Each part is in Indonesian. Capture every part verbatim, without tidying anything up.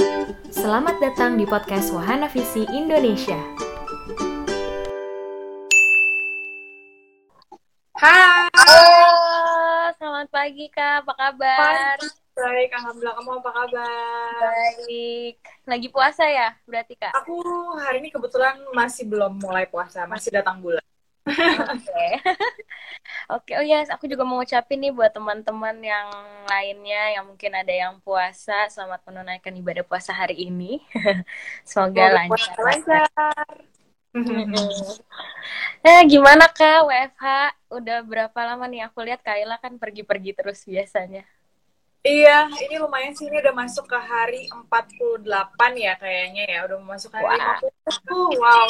Selamat datang di podcast Wahana Visi Indonesia. Hai. Halo, selamat pagi Kak, apa kabar? Pagi. Baik, alhamdulillah. Kamu apa kabar? Baik. Lagi puasa ya berarti Kak? Aku hari ini kebetulan masih belum mulai puasa, masih datang bulan. Oke. Oke, oh ya, aku juga mau ngucapin nih buat teman-teman yang lainnya yang mungkin ada yang puasa, selamat menunaikan ibadah puasa hari ini. Semoga Semoga puasa lancar. lancar. Nah, gimana Kak W F H? Udah berapa lama nih? Aku lihat Kayla kan pergi-pergi terus biasanya. Iya, ini lumayan sih, ini udah masuk ke hari empat puluh delapan ya kayaknya ya, udah masuk hari Wah. lima puluh. Wow.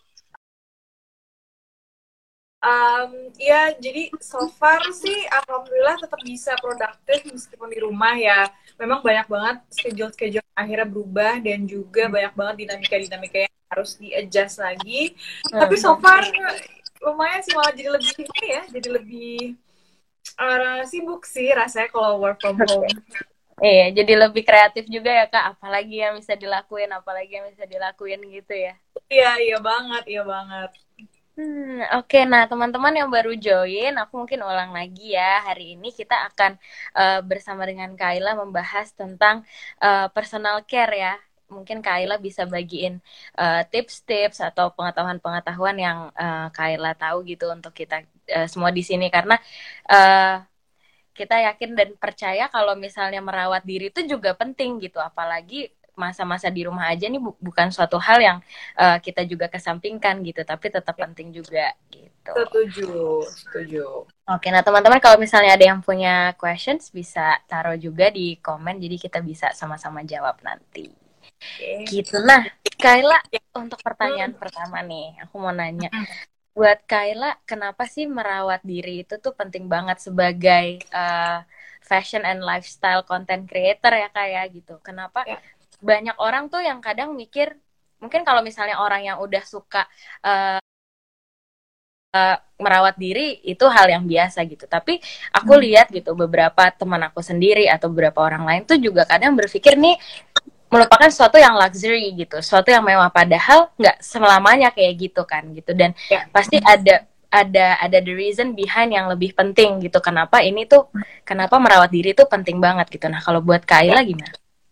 Um, ya, jadi so far sih alhamdulillah tetap bisa produktif meskipun di rumah ya. Memang banyak banget schedule-schedule akhirnya berubah dan juga banyak banget dinamika-dinamika yang harus di-adjust lagi. Hmm. Tapi so far lumayan sih, malah jadi lebih ini ya, jadi lebih uh, sibuk sih rasanya kalau work from home. Iya, jadi lebih kreatif juga ya Kak, apalagi yang bisa dilakuin, apalagi yang bisa dilakuin gitu ya. Iya, iya banget, iya banget. Hmm, Oke, okay. Nah teman-teman yang baru join, aku mungkin ulang lagi ya. Hari ini kita akan uh, bersama dengan Kayla membahas tentang uh, personal care ya. Mungkin Kayla bisa bagiin uh, tips-tips atau pengetahuan-pengetahuan yang uh, Kayla tahu gitu untuk kita uh, semua di sini. Karena uh, kita yakin dan percaya kalau misalnya merawat diri itu juga penting gitu. Apalagi masa-masa di rumah aja nih bu- bukan suatu hal yang uh, kita juga kesampingkan gitu, tapi tetap penting juga gitu. Setuju, setuju. Oke, nah teman-teman kalau misalnya ada yang punya questions bisa taruh juga di komen, jadi kita bisa sama-sama jawab nanti. Okay. Gitu. Nah, Kayla, untuk pertanyaan hmm. pertama nih, aku mau nanya. Hmm. Buat Kayla, kenapa sih merawat diri itu tuh penting banget sebagai uh, fashion and lifestyle content creator ya kayak gitu? Kenapa? Ya. Banyak orang tuh yang kadang mikir, mungkin kalau misalnya orang yang udah suka uh, uh, merawat diri itu hal yang biasa gitu. Tapi aku hmm. lihat gitu beberapa teman aku sendiri atau beberapa orang lain tuh juga kadang berpikir nih merupakan sesuatu yang luxury gitu, sesuatu yang mewah, padahal nggak selamanya kayak gitu kan gitu. Dan ya. Pasti ada ada ada the reason behind yang lebih penting gitu. Kenapa ini tuh, kenapa merawat diri itu penting banget gitu. Nah kalau buat Kayla gimana?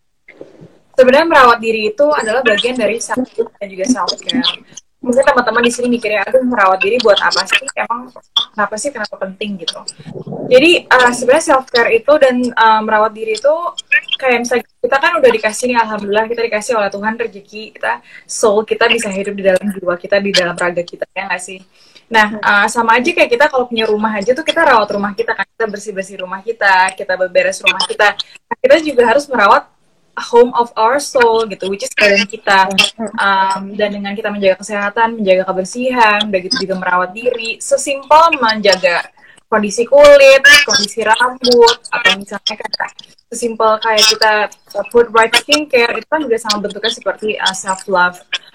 Sebenarnya merawat diri itu adalah bagian dari self dan juga self care. Mungkin teman-teman di sini mikirnya, aduh merawat diri buat apa sih? Emang kenapa sih? Kenapa penting gitu? Jadi uh, sebenarnya self care itu dan uh, merawat diri itu kayak misalnya kita kan udah dikasih nih, alhamdulillah kita dikasih oleh Tuhan rezeki kita, soul kita bisa hidup di dalam jiwa kita, di dalam raga kita, ya nggak sih? Nah, uh, sama aja kayak kita kalau punya rumah aja tuh kita rawat rumah kita kan, kita bersih-bersih rumah kita, kita beberes rumah kita. Nah, kita juga harus merawat home of our soul gitu, which is badan kita. Um, dan dengan kita menjaga kesehatan, menjaga kebersihan, begitu juga merawat diri, sesimpel menjaga kondisi kulit, kondisi rambut, atau misalnya kayak sesimpel kayak kita put right skincare, itu kan juga sama bentuknya seperti uh, self love.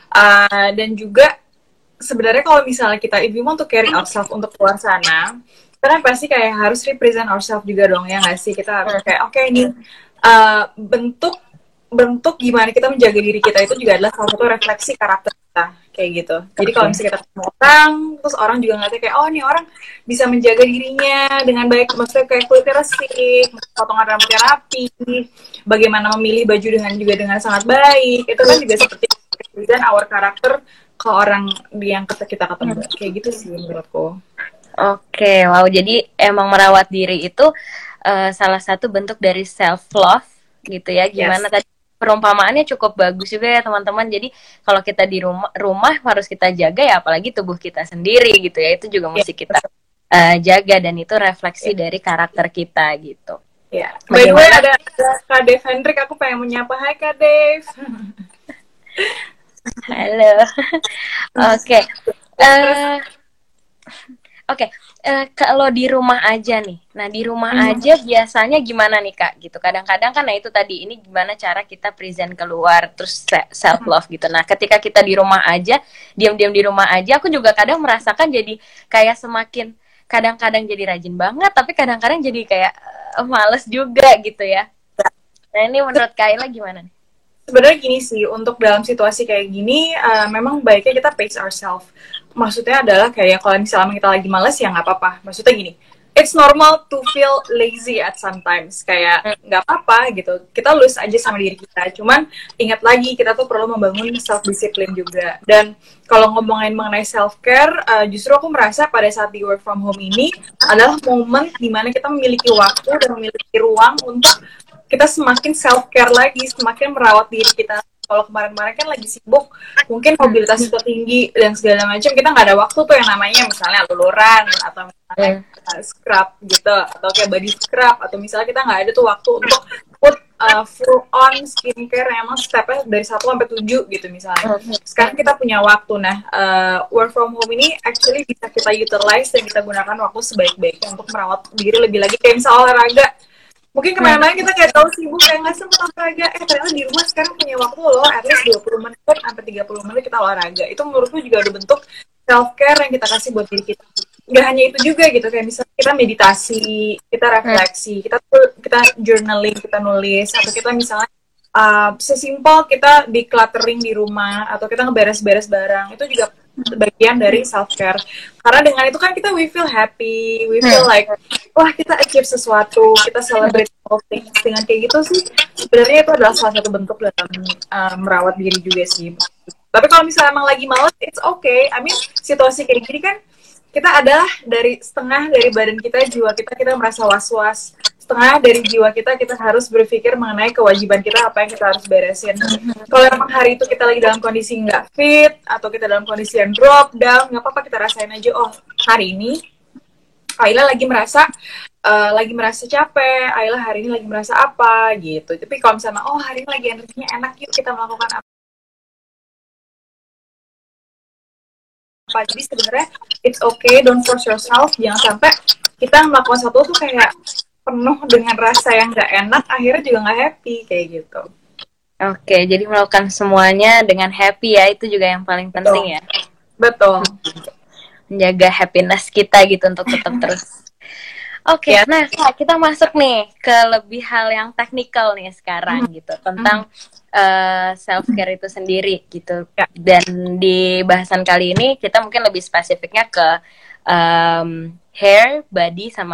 Uh, dan juga sebenarnya kalau misalnya kita if we want to carry ourselves untuk keluar sana, kita kan pasti kayak harus represent ourselves juga dong, ya nggak sih? Kita harus kayak oke okay, ini uh, bentuk bentuk gimana kita menjaga diri kita itu juga adalah salah satu refleksi karakter kita kayak gitu. Jadi kalau misalnya kita ketemu orang, terus orang juga ngeliatnya kayak oh nih orang bisa menjaga dirinya dengan baik, maksudnya kayak kulitnya resik, potongan rambutnya rapi, bagaimana memilih baju dengan juga dengan sangat baik, itu kan juga seperti dan our karakter ke orang yang kita ketemu kayak gitu sih menurutku. Oke, wow, jadi emang merawat diri itu uh, salah satu bentuk dari self love gitu ya. Gimana yes. Tadi perumpamaannya cukup bagus juga ya teman-teman. Jadi kalau kita di rumah rumah harus kita jaga ya, apalagi tubuh kita sendiri gitu ya. Itu juga mesti kita uh, jaga dan itu refleksi yeah. dari karakter kita gitu. Ya. Yeah. By the way ada, ada Kak Dave Hendrik, aku pengen menyapa. Hai Kak Dave. Halo. Oke. Okay. Uh, Oke, okay. uh, kalau di rumah aja nih, nah di rumah hmm. aja biasanya gimana nih Kak gitu? Kadang-kadang kan, nah itu tadi, ini gimana cara kita present keluar, terus self love gitu. Nah ketika kita di rumah aja, diam-diam di rumah aja, aku juga kadang merasakan jadi kayak semakin, kadang-kadang jadi rajin banget, tapi kadang-kadang jadi kayak uh, males juga gitu ya. Nah ini menurut Kayla gimana nih? sebenarnya gini sih, untuk dalam situasi kayak gini, uh, memang baiknya kita pace ourselves. Maksudnya adalah kayak kalau misalnya kita lagi males ya nggak apa-apa. Maksudnya gini, it's normal to feel lazy at sometimes. Kayak nggak apa-apa gitu. Kita lose aja sama diri kita. Cuman ingat lagi kita tuh perlu membangun self discipline juga. Dan kalau ngomongin mengenai self care, uh, justru aku merasa pada saat di work from home ini adalah momen dimana kita memiliki waktu dan memiliki ruang untuk kita semakin self care lagi, semakin merawat diri kita. Kalau kemarin-kemarin kan lagi sibuk, mungkin mobilitas kita tinggi dan segala macam, kita nggak ada waktu tuh yang namanya misalnya luluran atau misalnya uh, scrub gitu, atau kayak body scrub, atau misalnya kita nggak ada tuh waktu untuk put uh, full on skincare yang emang stepnya dari satu sampai tujuh gitu misalnya. Sekarang kita punya waktu, nah uh, work from home ini actually bisa kita utilize dan kita gunakan waktu sebaik-baiknya untuk merawat diri lebih lagi, kayak misalnya olahraga. Mungkin kemarin-kemarin kita kayak tahu sibuk kayak nggak sempat olahraga, eh ternyata di rumah sekarang punya waktu loh, at least dua puluh menit sampai tiga puluh menit kita olahraga. Itu menurutku juga ada bentuk self care yang kita kasih buat diri kita. Nggak hanya itu juga gitu, kayak misalnya kita meditasi, kita refleksi, kita kita journaling, kita nulis, atau kita misalnya uh, sesimpel kita decluttering di rumah, atau kita ngeberes-beres barang, itu juga bagian dari self care. Karena dengan itu kan kita we feel happy, we feel like wah kita achieve sesuatu, kita celebrate all things. Dengan kayak gitu sih sebenarnya itu adalah salah satu bentuk dalam uh, merawat diri juga sih. Tapi kalau misalnya emang lagi males, it's okay. I mean situasi kayak gini kan kita adalah dari setengah dari badan kita, jiwa kita kita merasa was-was. Setengah dari jiwa kita kita harus berpikir mengenai kewajiban kita, apa yang kita harus beresin. Kalau emang hari itu kita lagi dalam kondisi nggak fit atau kita dalam kondisi yang drop down, nggak apa-apa, kita rasain aja. Oh hari ini Ayla lagi merasa uh, lagi merasa capek, Ayla hari ini lagi merasa apa gitu. Tapi kalau misalnya oh hari ini lagi energinya enak, yuk kita melakukan apa. Jadi sebenarnya it's okay, don't force yourself. Jangan sampai kita melakukan sesuatu tuh kayak penuh dengan rasa yang nggak enak, akhirnya juga nggak happy kayak gitu. Oke, jadi melakukan semuanya dengan happy ya, itu juga yang paling penting. Betul. Ya. Betul. Menjaga happiness kita gitu untuk tetap terus. Oke, okay, ya. Nah kita masuk nih ke lebih hal yang teknikal nih sekarang gitu, tentang uh, self care itu sendiri gitu. Ya. Dan di bahasan kali ini kita mungkin lebih spesifiknya ke um, hair, body, sama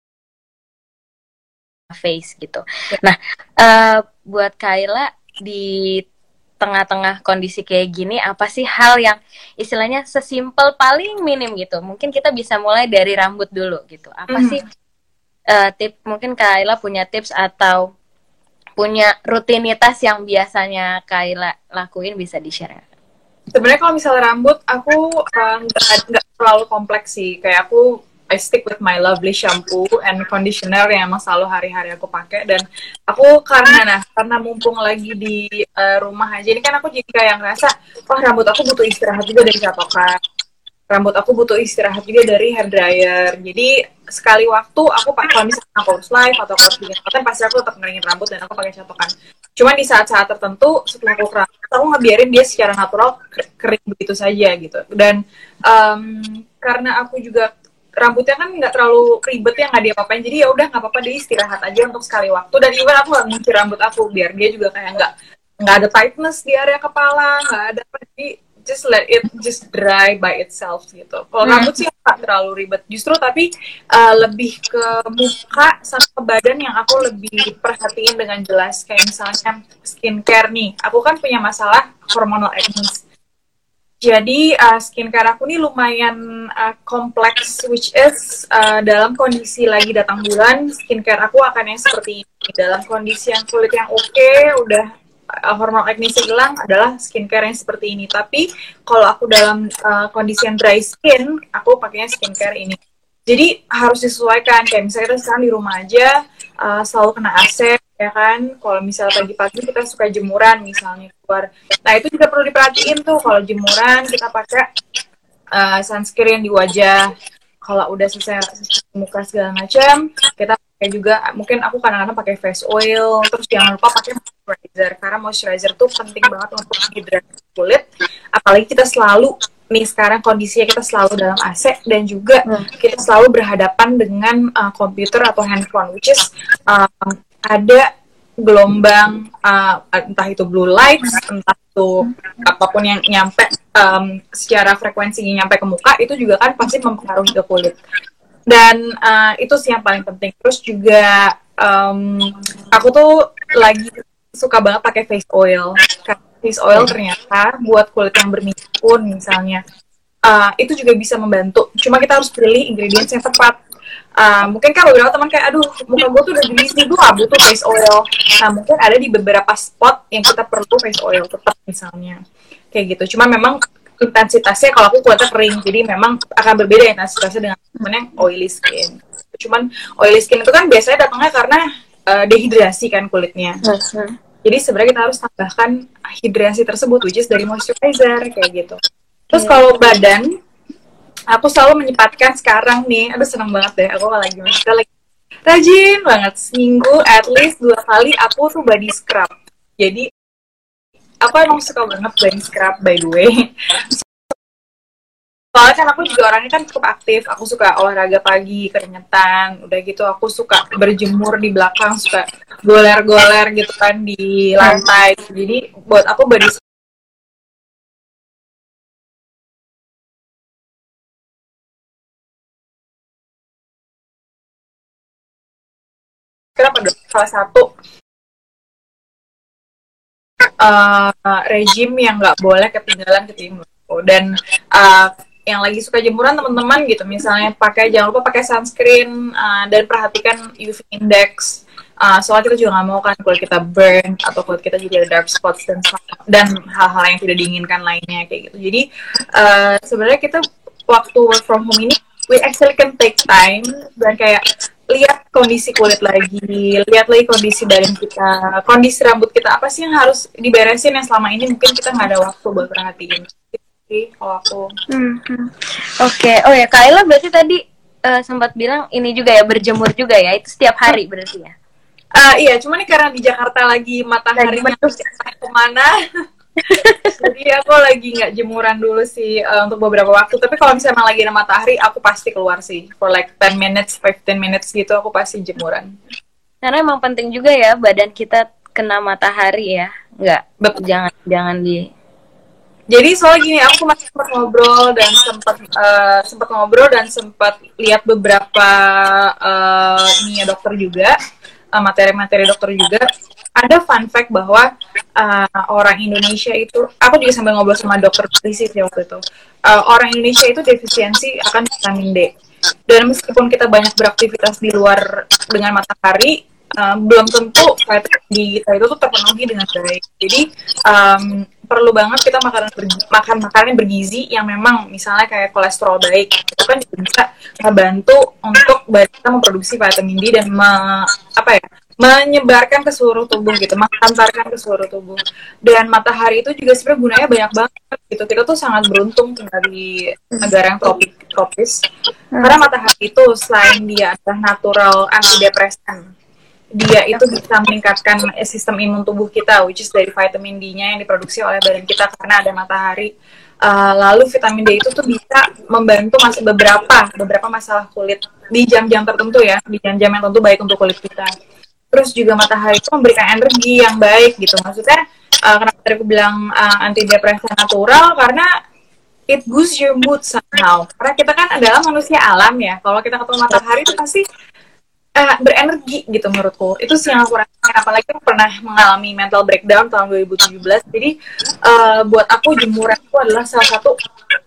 face gitu. Nah, uh, buat Kayla di tengah-tengah kondisi kayak gini, apa sih hal yang istilahnya sesimpel paling minim gitu? Mungkin kita bisa mulai dari rambut dulu gitu. Apa mm. sih uh, tip? Mungkin Kayla punya tips atau punya rutinitas yang biasanya Kayla lakuin, bisa di-share? Sebenarnya kalau misalnya rambut, aku nggak uh, terlalu kompleks sih. Kayak aku I stick with my lovely shampoo and conditioner yang emang selalu hari-hari aku pakai. Dan aku karena nah karena mumpung lagi di uh, rumah aja, ini kan aku jadi kayak ngerasa wah rambut aku butuh istirahat juga dari catokan, rambut aku butuh istirahat juga dari hair dryer. Jadi sekali waktu aku pakai, kalau misalnya aku harus live atau aku harus bikin konten, pasti aku tetap ngeringin rambut dan aku pakai catokan. Cuma di saat-saat tertentu setelah aku rambut, aku ngebiarin dia secara natural kering begitu saja gitu. Dan um, karena aku juga rambutnya kan nggak terlalu ribet ya, nggak diapa-apain, jadi ya udah nggak apa-apa, dia istirahat aja untuk sekali waktu. Dan even aku nggak ngunci rambut aku biar dia juga kayak nggak nggak ada tightness di area kepala, nggak ada apa, jadi just let it just dry by itself gitu. Kalau hmm. rambut sih nggak terlalu ribet justru, tapi uh, lebih ke muka sama ke badan yang aku lebih perhatiin dengan jelas. Kayak misalnya skincare nih, aku kan punya masalah hormonal acne. Jadi uh, skincare aku nih lumayan uh, kompleks, which is uh, dalam kondisi lagi datang bulan, skincare aku akan yang seperti ini. Dalam kondisi yang kulit yang oke, okay, udah uh, hormon acne hilang, adalah skincare yang seperti ini. Tapi kalau aku dalam uh, kondisi yang dry skin, aku pakainya skincare ini. Jadi harus disesuaikan, kayak misalnya kita sekarang di rumah aja, uh, selalu kena A C, ya kan? Kalau misalnya pagi-pagi kita suka jemuran misalnya keluar. Nah itu juga perlu diperhatiin tuh, kalau jemuran kita pakai uh, sunscreen di wajah. Kalau udah selesai muka segala macam, kita pakai juga, mungkin aku kadang-kadang pakai face oil, terus jangan lupa pakai moisturizer, karena moisturizer tuh penting banget untuk hidrasi kulit. Apalagi kita selalu nih sekarang kondisinya kita selalu dalam A C dan juga hmm. kita selalu berhadapan dengan uh, komputer atau handphone, which is uh, ada gelombang uh, entah itu blue lights, entah itu apapun yang nyampe um, secara frekuensinya nyampe ke muka, itu juga kan pasti mempengaruhi ke kulit. Dan uh, itu sih yang paling penting. Terus juga um, aku tuh lagi suka banget pakai face oil. Karena face oil ternyata buat kulit yang berminyak pun misalnya uh, itu juga bisa membantu. Cuma kita harus pilih ingredients yang tepat. Uh, mungkin kan beberapa teman kayak, aduh muka gue tuh udah greasy, gue gak butuh face oil. Nah mungkin ada di beberapa spot yang kita perlu face oil tetap misalnya kayak gitu. Cuma memang intensitasnya kalau aku kuatnya kering, jadi memang akan berbeda intensitasnya dengan temen yang oily skin. Cuman oily skin itu kan biasanya datangnya karena uh, dehidrasi kan kulitnya. Jadi sebenarnya kita harus tambahkan hidrasi tersebut, which is dari moisturizer kayak gitu. Terus kalau badan, aku selalu menyempatkan sekarang nih, aduh seneng banget deh, aku lagi maksudnya lagi rajin banget, seminggu at least dua kali aku tuh body scrub. Jadi aku emang suka banget body scrub by the way. Soalnya kan aku juga orangnya kan cukup aktif, aku suka olahraga pagi, keringetan, udah gitu aku suka berjemur di belakang, suka goler-goler gitu kan di lantai. Jadi buat aku body scrub adalah salah satu uh, regime yang nggak boleh ketinggalan ketinggalan. Dan uh, yang lagi suka jemuran teman-teman gitu, misalnya pakai jangan lupa pakai sunscreen uh, dan perhatikan U V index. Uh, soalnya kita juga nggak mau kan kulit kita burn atau kulit kita juga ada dark spots dan dan hal-hal yang tidak diinginkan lainnya kayak gitu. Jadi uh, sebenarnya kita waktu work from home ini we actually can take time dan kayak lihat kondisi kulit lagi, lihat lagi kondisi badan kita, kondisi rambut kita, apa sih yang harus diberesin yang selama ini mungkin kita nggak ada waktu buat perhatiin. Sih kalau aku. Hmm. Oke, okay. Oh ya, Kak Ella berarti tadi uh, sempat bilang ini juga ya, berjemur juga ya, itu setiap hari berarti ya? Uh, iya, cuma nih karena di Jakarta lagi mataharinya kemana, jadi aku lagi nggak jemuran dulu sih uh, untuk beberapa waktu. Tapi kalau misalnya lagi ada matahari, aku pasti keluar sih for like ten minutes, fifteen minutes gitu, aku pasti jemuran. Karena emang penting juga ya badan kita kena matahari ya, nggak? Betul. Jangan jangan di. Jadi soal gini, aku masih sempat ngobrol dan sempat uh, sempat ngobrol dan sempat lihat beberapa uh, nih dokter juga, uh, materi-materi dokter juga. Ada fun fact bahwa uh, orang Indonesia itu, aku juga sambil ngobrol sama dokter fisik ya waktu itu, uh, orang Indonesia itu defisiensi akan vitamin D. Dan meskipun kita banyak beraktivitas di luar dengan matahari, uh, belum tentu vitamin D kita itu tuh terpenuhi dengan baik. Jadi um, perlu banget kita makan makan makanan yang bergizi yang memang misalnya kayak kolesterol baik, itu kan bisa membantu untuk badan kita memproduksi vitamin D dan me, apa ya menyebarkan ke seluruh tubuh gitu, mengantarkan ke seluruh tubuh. Dan matahari itu juga sebenarnya gunanya banyak banget gitu. Kita tuh sangat beruntung tinggal di negara yang tropik tropis karena matahari itu selain dia adalah natural antidepresan, dia itu bisa meningkatkan sistem imun tubuh kita, which is dari vitamin D-nya yang diproduksi oleh badan kita karena ada matahari. Uh, lalu vitamin D itu tuh bisa membantu mas- beberapa beberapa masalah kulit di jam-jam tertentu ya, di jam-jam yang tentu baik untuk kulit kita. Terus juga matahari itu memberikan energi yang baik gitu. Maksudnya uh, kenapa tadi aku bilang uh, antidepresan natural, karena it boosts your mood somehow. Karena kita kan adalah manusia alam ya. Kalau kita ketemu matahari itu pasti uh, berenergi gitu menurutku. Itu sih yang aku rasakan. Apalagi aku pernah mengalami mental breakdown tahun dua ribu tujuh belas. Jadi uh, buat aku jemuran itu adalah salah satu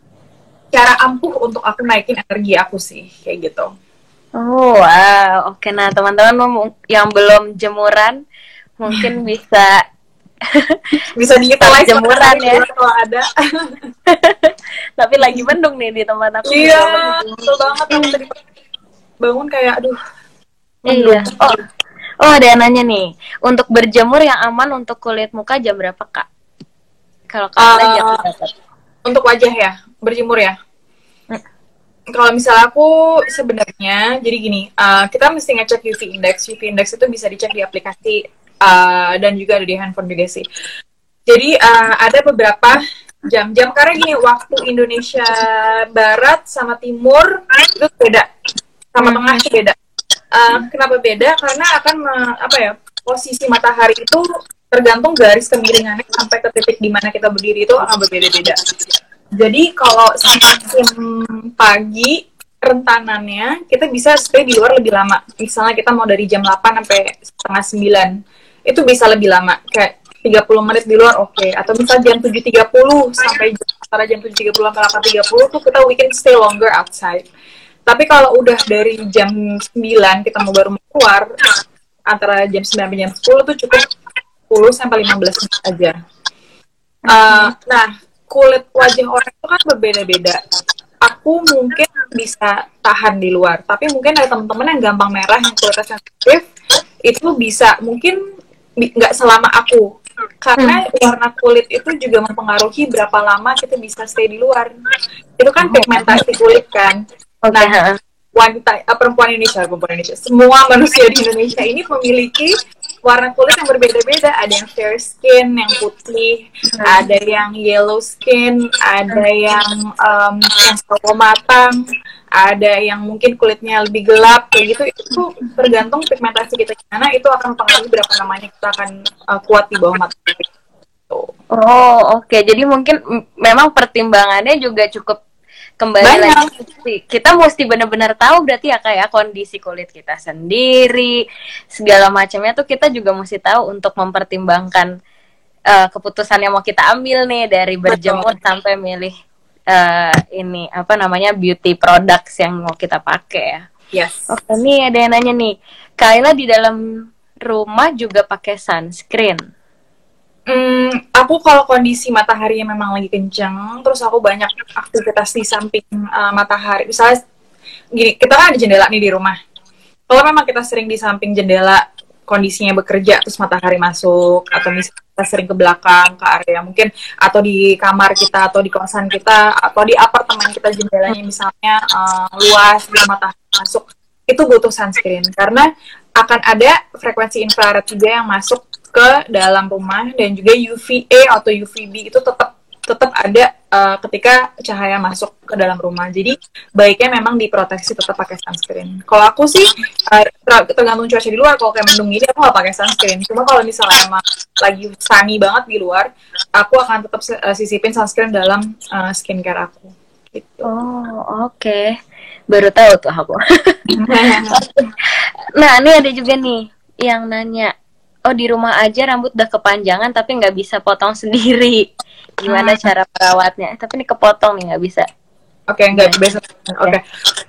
cara ampuh untuk aku naikin energi aku sih. Kayak gitu. Oh wow, oke. Nah teman-teman yang belum jemuran mungkin bisa bisa diutilize jemuran ya kalau ada. Tapi lagi mendung nih di tempat aku. Iya, betul banget. Aku tadi bangun kayak aduh. Iya. Oh, oh ada yang nanya nih. Untuk berjemur yang aman untuk kulit muka jam berapa Kak? Kalau kalian uh, jam berapa? Untuk wajah ya, berjemur ya. Kalau misalnya aku sebenarnya, jadi gini, uh, kita mesti ngecek U V index. U V index itu bisa dicek di aplikasi uh, dan juga ada di handphone juga sih. Jadi uh, ada beberapa jam-jam, karena gini, waktu Indonesia Barat sama Timur itu beda, sama Tengah itu beda. Uh, kenapa beda? Karena akan me, apa ya, posisi matahari itu tergantung garis kemiringannya sampai ke titik di mana kita berdiri itu akan berbeda-beda. Jadi kalau musim pagi rentanannya kita bisa stay di luar lebih lama. Misalnya kita mau dari jam delapan sampai setengah sembilan. Itu bisa lebih lama. Kayak tiga puluh menit di luar oke. Okay. Atau misalnya jam tujuh tiga puluh sampai antara jam tujuh tiga puluh sampai delapan tiga puluh tuh kita we can stay longer outside. Tapi kalau udah dari jam sembilan kita mau baru mau keluar, antara jam sembilan sampai jam sepuluh tuh cukup sepuluh sampai lima belas menit aja. Uh, nah, kulit wajah orang itu kan berbeda-beda. Aku mungkin bisa tahan di luar, tapi mungkin ada teman-teman yang gampang merah, yang kulitnya sensitif, itu bisa mungkin nggak selama aku. Karena warna kulit itu juga mempengaruhi berapa lama kita bisa stay di luar. Itu kan pigmentasi kulit kan. Nah, wanita, perempuan Indonesia, perempuan Indonesia, semua manusia di Indonesia ini memiliki warna kulit yang berbeda-beda. Ada yang fair skin, yang putih, hmm. ada yang yellow skin, ada yang um, yang sawo matang, ada yang mungkin kulitnya lebih gelap, kayak gitu. Itu tergantung pigmentasi kita gimana, itu akan mempengaruhi berapa lamanya kita akan uh, kuat di bawah matahari. Oh, oke. Okay. Jadi mungkin m- memang pertimbangannya juga cukup kembali Banyak. lagi. Kita mesti benar-benar tahu berarti ya kayak kondisi kulit kita sendiri, segala macamnya tuh kita juga mesti tahu untuk mempertimbangkan uh, keputusan yang mau kita ambil nih, dari berjemur Betul. sampai milih uh, ini apa namanya beauty products yang mau kita pakai ya. Yes. Oke, nih ada yang nanya nih, Kayla di dalam rumah juga pakai sunscreen? Hmm, aku kalau kondisi mataharinya memang lagi kencang, terus aku banyak aktivitas di samping uh, matahari. Misalnya gini, kita kan ada jendela nih di rumah. Kalau memang kita sering di samping jendela, kondisinya bekerja, terus matahari masuk, atau misalnya kita sering ke belakang, ke area mungkin, atau di kamar kita, atau di kosan kita, atau di apartemen kita jendelanya misalnya uh, luas, dan matahari masuk, itu butuh sunscreen. Karena akan ada frekuensi infrared juga yang masuk ke dalam rumah, dan juga U V A atau U V B itu tetap tetap ada uh, ketika cahaya masuk ke dalam rumah. Jadi baiknya memang diproteksi, tetap pakai sunscreen. Kalau aku sih uh, tergantung cuaca di luar. Kalau kayak mendung gini aku nggak pakai sunscreen. Cuma kalau misalnya emang lagi sunny banget di luar, aku akan tetap uh, sisipin sunscreen dalam uh, skincare aku. Gitu. Oh oke, okay. Baru tahu tuh aku. Nah ini ada juga nih yang nanya, oh di rumah aja rambut udah kepanjangan tapi nggak bisa potong sendiri, gimana hmm. cara merawatnya? Tapi ini kepotong nih, nggak bisa. Oke, okay, nggak bisa. Oke. Okay.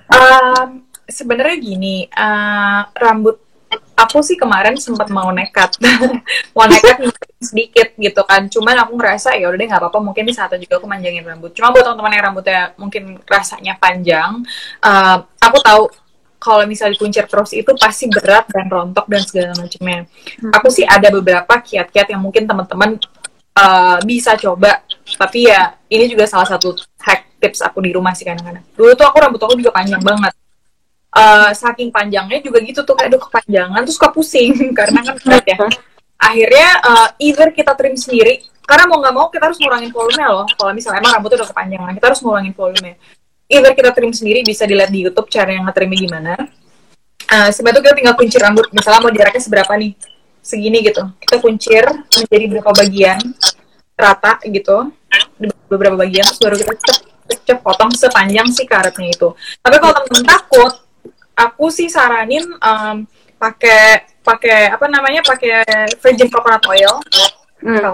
Um, Sebenarnya gini, uh, rambut aku sih kemarin sempat mau nekat, mau nekat sedikit gitu kan. Cuman aku ngerasa ya udah deh nggak apa-apa. Mungkin di saat juga aku manjangin rambut. Cuma buat teman-teman yang rambutnya mungkin rasanya panjang, uh, aku tahu kalau misalnya dikuncir terus itu pasti berat dan rontok dan segala macamnya. Hmm. Aku sih ada beberapa kiat-kiat yang mungkin teman-teman uh, bisa coba. Tapi ya ini juga salah satu hack tips aku di rumah sih kadang-kadang. Dulu tuh aku rambut aku juga panjang banget. Uh, saking panjangnya juga gitu tuh kayak aduh kepanjangan terus suka pusing karena kan berat ya. Akhirnya uh, either kita trim sendiri, karena mau nggak mau kita harus ngurangin volume loh. Kalau misalnya emang rambutnya udah kepanjangan, kita harus ngurangin volume. Either kita trim sendiri, bisa dilihat di YouTube cara yang nge-trimnya gimana. Uh, sebenarnya kita tinggal kuncir rambut. Misalnya mau jaraknya seberapa nih? Segini gitu. Kita kuncir menjadi beberapa bagian, rata gitu. Beberapa bagian, terus baru kita cep-cep potong sepanjang si karetnya itu. Tapi kalau teman-teman takut, aku sih saranin um, pakai pakai apa namanya? Pakai virgin coconut oil. Hmm.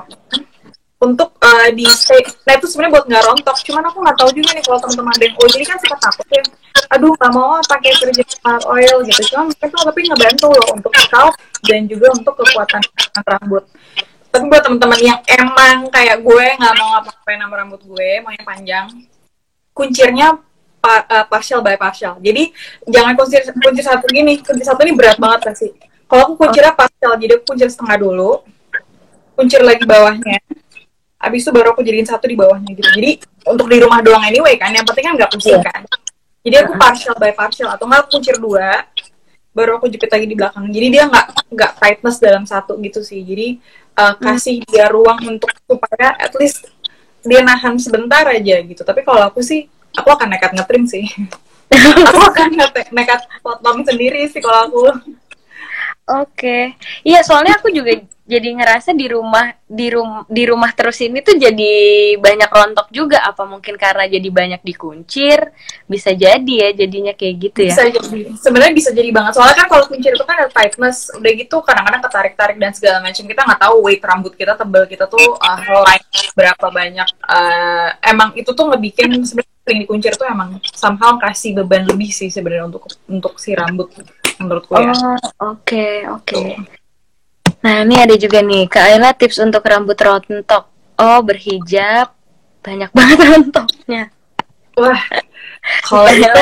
Untuk uh, di stay, nah itu sebenarnya buat nggak rontok. Cuman aku nggak tahu juga nih kalau teman-teman ada yang oil ini kan suka takut ya. Aduh nggak mau pakai virgin coconut oil gitu. Cuma itu tapi ngebantu loh untuk scalp dan juga untuk kekuatan rambut. Tapi buat teman-teman yang emang kayak gue nggak mau ngapa-ngapain sama rambut gue, mau yang panjang, kuncirnya pa, uh, partial by partial. Jadi jangan kuncir kuncir satu gini. Kuncir satu ini berat banget pasti. Kalau aku kuncirnya partial, jadi aku kuncir setengah dulu, kuncir lagi bawahnya. Abis itu baru aku jadiin satu di bawahnya gitu. Jadi untuk di rumah doang anyway kan, yang penting kan nggak pusing kan. Jadi aku partial by partial atau nggak kuncir dua, baru aku jepit lagi di belakang. Jadi dia nggak nggak tightness dalam satu gitu sih. Jadi uh, kasih dia ruang untuk supaya at least dia nahan sebentar aja gitu. Tapi kalau aku sih, aku akan nekat ngetrim sih. Aku akan nekat potong sendiri sih kalau aku. Oke. Iya, soalnya aku juga jadi ngerasa di rumah di rum di rumah terus ini tuh jadi banyak rontok juga. Apa mungkin karena jadi banyak dikuncir? Bisa jadi ya jadinya kayak gitu ya. Bisa jadi. Sebenarnya bisa jadi banget. Soalnya kan kalau kuncir itu kan ada tightness, udah gitu kadang-kadang ketarik-tarik dan segala macam. Kita nggak tahu weight rambut kita, tebal kita tuh uh, line berapa banyak. Uh, emang itu tuh ngebikin sebenarnya sering dikuncir tuh emang somehow kasih beban lebih sih sebenarnya untuk untuk si rambut menurutku ya. Oh, oke, oke. Nah, ini ada juga nih, Kak Ayla tips untuk rambut rontok. Oh, berhijab. Banyak banget rontoknya. Wah, kalau itu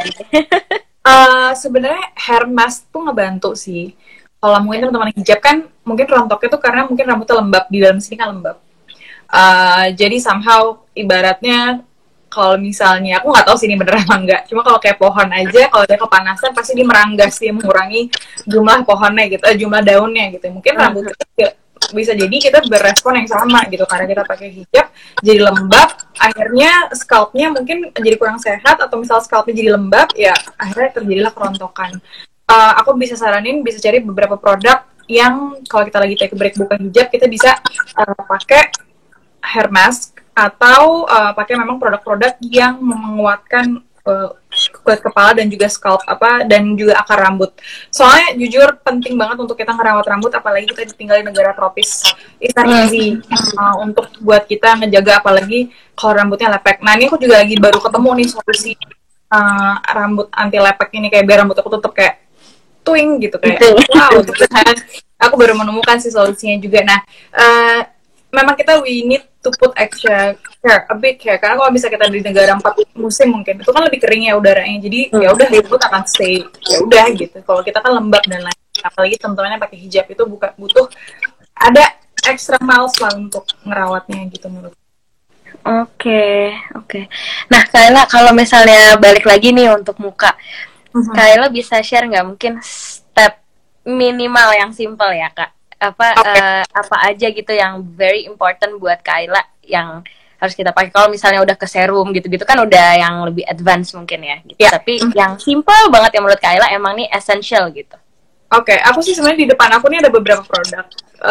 uh, sebenarnya hair mask tuh ngebantu sih. Kalau mungkin teman-teman hijab kan mungkin rontoknya tuh karena mungkin rambutnya lembab, di dalam sini kan lembab. Uh, jadi somehow ibaratnya kalau misalnya aku nggak tahu sih ini bener apa enggak, cuma kalau kayak pohon aja kalau dia kepanasan pasti dia meranggas, dia mengurangi jumlah pohonnya gitu, eh, jumlah daunnya gitu. Mungkin rambut kita bisa jadi kita berespon yang sama gitu karena kita pakai hijab jadi lembab, akhirnya scalpnya mungkin jadi kurang sehat, atau misal scalpnya jadi lembab ya akhirnya terjadilah kerontokan. Uh, aku bisa saranin bisa cari beberapa produk yang kalau kita lagi take break buka hijab kita bisa uh, pakai hair mask atau uh, pakai memang produk-produk yang menguatkan uh, kulit kepala dan juga scalp apa dan juga akar rambut. Soalnya jujur penting banget untuk kita ngerawat rambut, apalagi kita tinggal di negara tropis. It's not easy uh, untuk buat kita ngejaga, apalagi kalau rambutnya lepek. Nah ini aku juga lagi baru ketemu nih solusi uh, rambut anti lepek ini, kayak biar rambut aku tutup kayak twing gitu, kayak wow gitu kan. Aku baru menemukan sih solusinya juga. Nah uh, memang kita we need to put extra care, a bit care, karena kalau bisa kita di negara empat musim mungkin itu kan lebih kering ya udaranya, jadi hmm. ya udah rambut akan stay ya udah gitu. Kalau kita kan lembab dan lain, apalagi teman-temannya pakai hijab itu buka butuh ada extra miles lah untuk ngerawatnya gitu menurut. Oke, okay, oke. Okay. Nah, Kayla kalau misalnya balik lagi nih untuk muka, uh-huh. Kayla bisa share nggak mungkin step minimal yang simple ya Kak? apa okay. uh, apa aja gitu yang very important buat Kayla yang harus kita pakai kalau misalnya udah ke serum gitu-gitu kan udah yang lebih advance mungkin ya gitu. Yeah. Tapi mm-hmm. yang simple banget yang menurut Kayla emang nih essential gitu. Oke, okay. Aku sih sebenarnya di depan aku nih ada beberapa produk.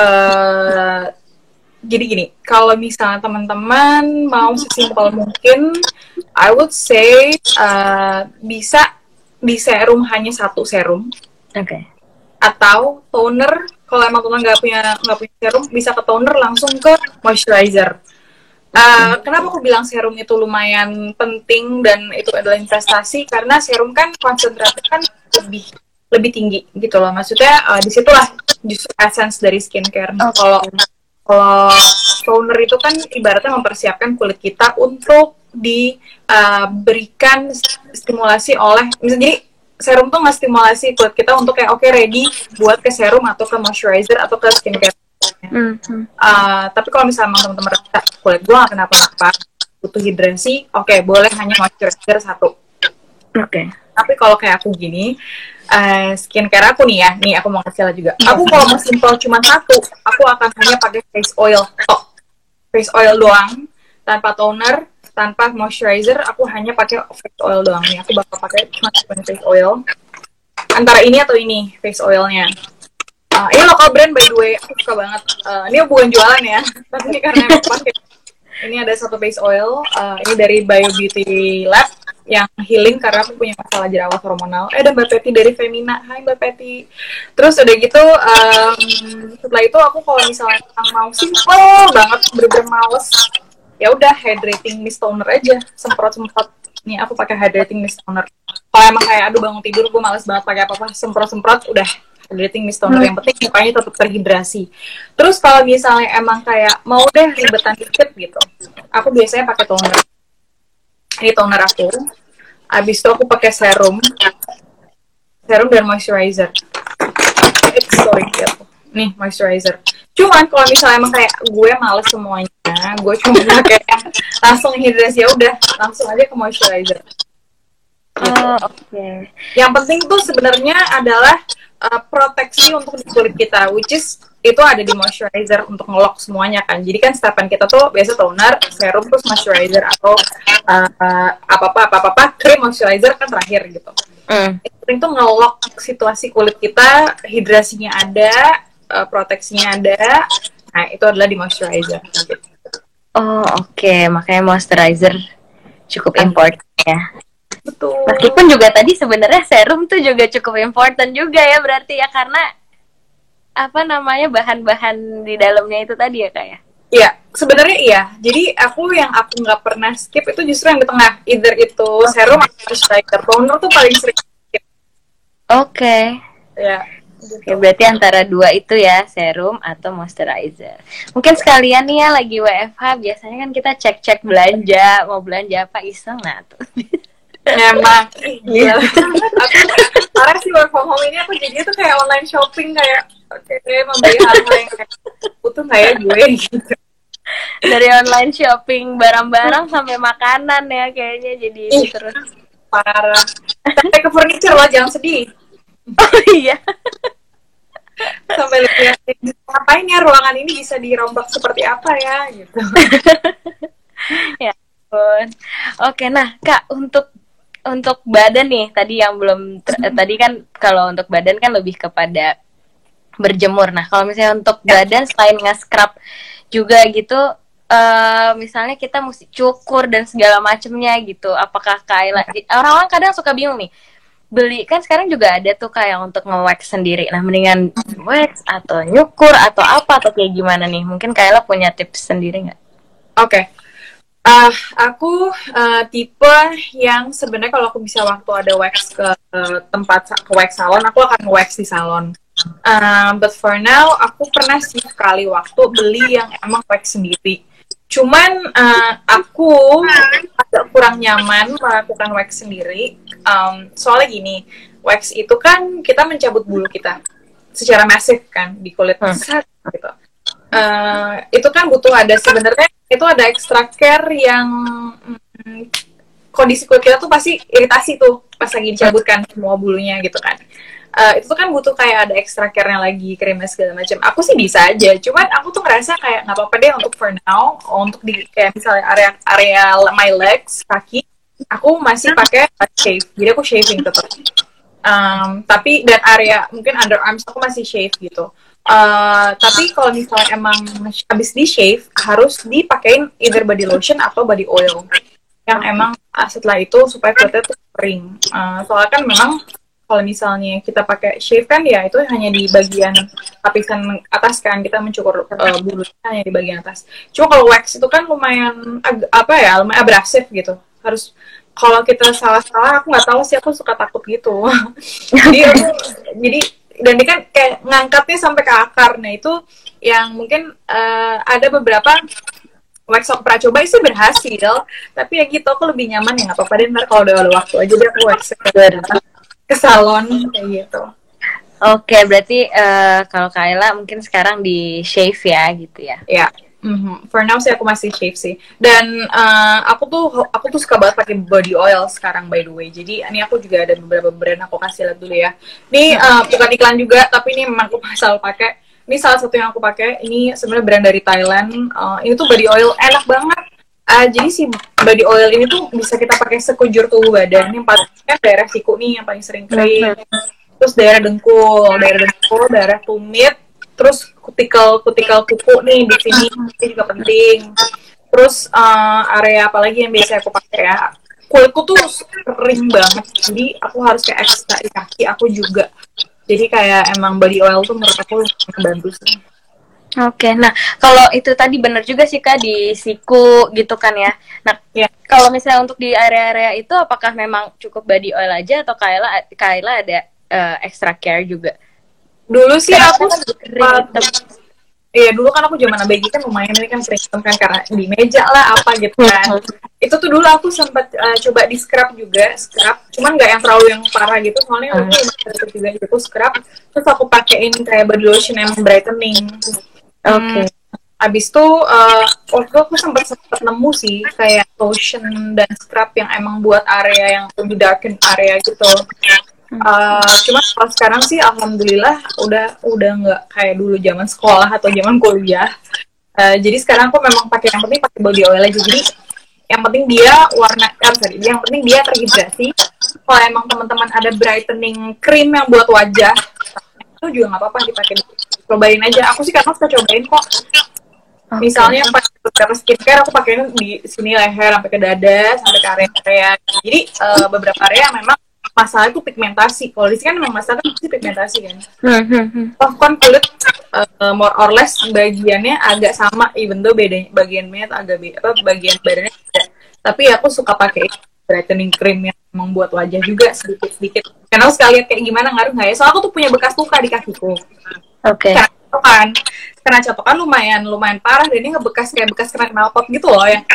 Uh, jadi gini, kalau misalnya teman-teman mau sesimpel mungkin, I would say uh, bisa di serum hanya satu serum. Oke. Okay. Atau toner. Kalau emang teman nggak punya nggak punya serum, bisa ke toner langsung ke moisturizer. Uh, kenapa aku bilang serum itu lumayan penting dan itu adalah investasi? Karena serum kan konsentratnya kan lebih lebih tinggi gitu loh. Maksudnya uh, disitulah justru essence dari skincare. Okay. Kalau kalau toner itu kan ibaratnya mempersiapkan kulit kita untuk diberikan uh, stimulasi oleh misalnya jadi serum tuh nggak stimulasi kulit kita untuk kayak oke okay, ready buat ke serum atau ke moisturizer atau ke skincare. Mm-hmm. Uh, tapi kalau misalnya teman-teman rasa kulit gue nggak kenapa-napa, butuh hidrasi, oke okay, boleh hanya moisturizer satu. Oke. Okay. Tapi kalau kayak aku gini, uh, skincare aku nih ya, nih aku mau kasih lah juga. Aku kalau mau simple cuma satu, aku akan hanya pakai face oil, oh, face oil doang, tanpa toner. Tanpa moisturizer, aku hanya pakai face oil doang. Nih, aku bakal pakai cuma face oil. Antara ini atau ini face oilnya. Uh, ini local brand by the way, aku suka banget. Uh, ini bukan jualan ya, tapi ini karena emang pakai. Ini ada satu face oil. Uh, ini dari Bio Beauty Lab yang healing karena aku punya masalah jerawat hormonal. Eh, ada Mbak Peti dari Femina. Hai Mbak Peti. Terus udah gitu, um, setelah itu aku kalau misalnya mau simple banget, bener-bener males. Ya udah hydrating mist toner aja, semprot-semprot. Nih aku pakai hydrating mist toner. Kalau emang kayak aduh bangun tidur gue males banget pakai apa-apa, semprot-semprot udah hydrating mist toner. Yang penting mukanya tetap terhidrasi. Terus kalau misalnya emang kayak mau deh ribetan dikit gitu, aku biasanya pakai toner. Ini toner aku. Abis itu aku pakai serum, serum dan moisturizer. It's so gitu. Nih moisturizer. Cuman kalau misalnya emang kayak gue males semuanya, gue cuma pakai langsung hidrasi, ya udah langsung aja ke moisturizer. Gitu. Oh, oke. Okay. Yang penting tuh sebenarnya adalah uh, proteksi untuk kulit kita, which is itu ada di moisturizer untuk ngelock semuanya kan. Jadi kan stepan kita tuh biasa toner, serum, terus moisturizer atau uh, uh, apa-apa apa-apa krim moisturizer kan terakhir gitu. Mm. Yang penting tuh nge-lock situasi kulit kita, hidrasinya ada, uh, proteksinya ada. Nah, itu adalah di moisturizer. Oh, oke. Okay. Makanya moisturizer cukup important ya. Betul. Meskipun juga tadi sebenarnya serum tuh juga cukup important juga ya berarti ya, karena apa namanya bahan-bahan di dalamnya itu tadi ya Kak ya? Iya, sebenarnya iya. Jadi aku yang aku nggak pernah skip itu justru yang di tengah. Either itu serum atau moisturizer. Toner tuh paling sering skip. Oke. Okay. Ya. Gitu. Oke, berarti antara dua itu ya, serum atau moisturizer. Mungkin sekalian nih ya lagi W F H, biasanya kan kita cek-cek belanja, mau belanja apa iseng nah tuh. Emang gila. Aku parah sih work from home ini, aku jadinya tuh kayak online shopping, kayak oke okay, membeli hal-hal yang kayak butuh nggak ya gue gitu. Dari online shopping barang-barang sampai makanan ya kayaknya jadi Ih, terus parah. Sampai ke furniture loh, jangan sedih. Oh iya. Sampai lihat ngapain ya ruangan ini bisa dirombak seperti apa ya gitu. Ya ampun. Oke, nah Kak, untuk untuk badan nih tadi yang belum ter- tadi kan kalau untuk badan kan lebih kepada berjemur. Nah, kalau misalnya untuk badan selain nge-scrub juga gitu, uh, misalnya kita mesti cukur dan segala macemnya gitu. Apakah kayak orang-orang kadang suka bingung nih. Beli kan sekarang juga ada tuh kayak untuk nge-wax sendiri. Nah, mendingan wax atau nyukur atau apa atau kayak gimana nih? Mungkin Kayla punya tips sendiri nggak? Oke. Okay. Uh, aku uh, tipe yang sebenarnya kalau aku bisa waktu ada wax ke uh, tempat ke wax salon, aku akan wax di salon. Uh, but for now, aku pernah sih sekali waktu beli yang emang wax sendiri. Cuman uh, aku agak kurang nyaman melakukan wax sendiri. Um, soalnya gini, wax itu kan kita mencabut bulu kita secara masif kan di kulit besar hmm. gitu. Uh, itu kan butuh ada sebenarnya itu ada extra care yang hmm, kondisi kulit kita tuh pasti iritasi tuh pas lagi dicabutkan semua bulunya gitu kan. Uh, itu tuh kan butuh kayak ada extra care-nya lagi, krimnya segala macam. Aku sih bisa aja, cuman aku tuh ngerasa kayak nggak apa-apa deh untuk for now, untuk di kayak misalnya area area my legs, kaki, aku masih pakai shave, jadi aku shaving tetap. Um, tapi dan area mungkin underarms aku masih shave gitu. Uh, tapi kalau misalnya emang habis di shave harus dipakein either body lotion atau body oil yang emang uh, setelah itu supaya kulitnya tuh kering. Uh, soalnya kan memang kalau misalnya kita pakai shave kan ya itu hanya di bagian lapisan atas kan, kita mencukur uh, bulunya hanya di bagian atas. Cuma kalau wax itu kan lumayan ag- apa ya lumayan abrasif gitu. Harus kalau kita salah-salah aku nggak tahu sih, aku suka takut gitu. jadi aku, jadi dan dia kan kayak ngangkatnya sampai ke akar. Nah itu yang mungkin uh, ada beberapa wax aku pernah coba sih berhasil, tapi ya gitu aku lebih nyaman ya nggak apa-apa deh, ntar kalau udah ada waktu aja deh aku wax ke salon kayak gitu. Oke, berarti uh, kalau Kayla mungkin sekarang di shave ya gitu ya? Ya, mm-hmm. For now sih aku masih shave sih. Dan uh, aku tuh aku tuh suka banget pakai body oil sekarang by the way. Jadi ini aku juga ada beberapa brand aku kasih lihat dulu ya. Ini uh, bukan iklan juga, tapi ini memang aku selalu pakai. Ini salah satu yang aku pakai. Ini sebenarnya brand dari Thailand. Uh, ini tuh body oil enak banget. Uh, jadi si body oil ini tuh bisa kita pakai sekujur tubuh badan. Yang paling daerah siku nih yang paling sering kering. Terus daerah dengkul, daerah dengkul, daerah tumit, terus kutikel kutikel kuku nih di sini ini juga penting. Terus uh, area apalagi yang biasa aku pakai ya, kulitku tuh kering banget, jadi aku harus kayak ekstra di kaki aku juga. Jadi kayak emang body oil tuh menurut aku membantu sih. Oke, nah kalau itu tadi benar juga sih Kak di siku gitu kan ya. Nah, ya. Kalau misalnya untuk di area-area itu apakah memang cukup body oil aja atau Kayla Kayla ada uh, extra care juga? Dulu sih karena aku iya dulu kan aku zaman A B G kan lumayan ini kan sering kan karena di meja lah apa gitu kan. Itu tuh dulu aku sempat uh, coba di scrub juga, scrub. Cuman nggak yang terlalu yang parah gitu, soalnya uh. aku lumayan juga gitu scrub. Terus aku pakein kayak body lotion yang brightening. Oke. Okay. Hmm, abis itu uh, waktu aku sempat sempat nemu sih kayak lotion dan scrub yang emang buat area yang lebih darken area gitu. Uh, cuma kalau sekarang sih alhamdulillah udah udah nggak kayak dulu zaman sekolah atau zaman kuliah. Uh, jadi sekarang aku memang pakai yang penting pakai body oil aja. Jadi yang penting dia warna kan sorry, yang penting dia terhidrasi, kalau emang teman-teman ada brightening cream yang buat wajah, itu juga nggak apa-apa dipakai. Cobain aja. Aku sih kadang suka cobain kok. Okay. Misalnya pas beberapa skincare aku pakainya di sini leher sampai ke dada, sampai ke area-area. Jadi uh, beberapa area memang masalah itu pigmentasi. Kalau di sini kan memang masalah kan pigmentasi kan. Toh kan kulit uh, more or less bagiannya agak sama, even though bedanya bagiannya agak beda, apa bagian badannya beda. Tapi aku suka pakai brightening cream yang membuat wajah juga sedikit-sedikit. Karena sekalian kayak gimana ngaruh nggak ya? Soalnya aku tuh punya bekas luka di kakiku. Oke. Okay. Karena catokan, karena catokan lumayan lumayan parah dan ini ngebekas kayak bekas kena knalpot gitu loh yang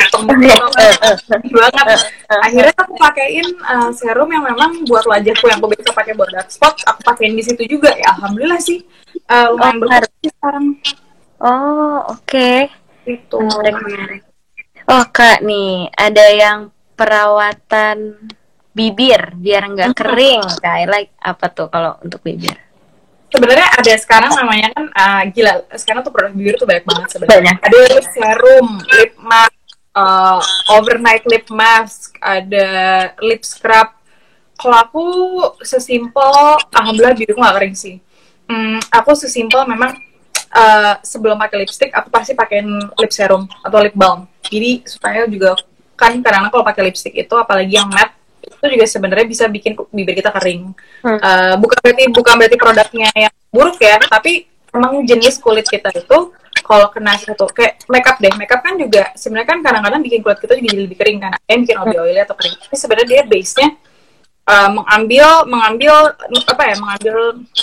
banget. Akhirnya aku pakein uh, serum yang memang buat wajahku yang aku biasa pakai buat dark spot, aku pakein di situ juga. Ya alhamdulillah sih uh, lumayan oh, berhasil sekarang. Oh oke. Okay. Itu. Menarik menarik. Oh kak nih ada yang perawatan bibir biar nggak kering, kayak like apa tuh kalau untuk bibir? Sebenarnya ada sekarang namanya kan uh, gila sekarang tuh produk bibir tuh banyak banget sebenarnya. Ada serum, lip mask, uh, overnight lip mask, ada lip scrub. Kalau aku sesimpel, alhamdulillah bibirku nggak kering sih. Hmm, aku sesimpel memang uh, sebelum pakai lipstick aku pasti pakein lip serum atau lip balm. Jadi supaya juga kan karena kalau pakai lipstick itu apalagi yang matte itu juga sebenarnya bisa bikin bibir kita kering. Hmm. Uh, bukan berarti bukan berarti produknya yang buruk ya, tapi memang jenis kulit kita itu kalau kena satu kayak makeup deh, makeup kan juga sebenarnya kan kadang-kadang bikin kulit kita juga jadi lebih kering kan, ada yang bikin oily oily atau kering. Tapi sebenarnya dia base-nya uh, mengambil mengambil apa ya, mengambil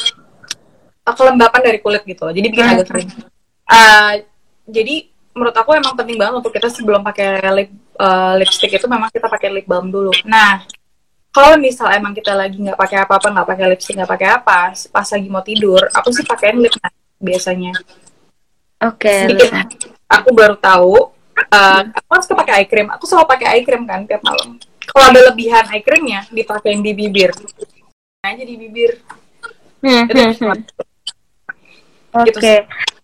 uh, kelembapan dari kulit gitu loh, jadi bikin hmm. agak kering. Uh, jadi menurut aku emang penting banget untuk kita sebelum pakai lip uh, lipstick itu memang kita pakai lip balm dulu. Nah, kalau misal emang kita lagi nggak pakai apa-apa, nggak pakai lipstick, nggak pakai apa, pas lagi mau tidur, aku sih pakein lip mask biasanya. Oke. Okay, sedikit. Aku baru tahu. Uh, aku kan suka pakai eye cream. Aku selalu pakai eye cream kan tiap malam. Kalau ada lebihan eye creamnya, dipakein di bibir. Aja di bibir. Hmm, itu hmm, hmm. Oke. Okay.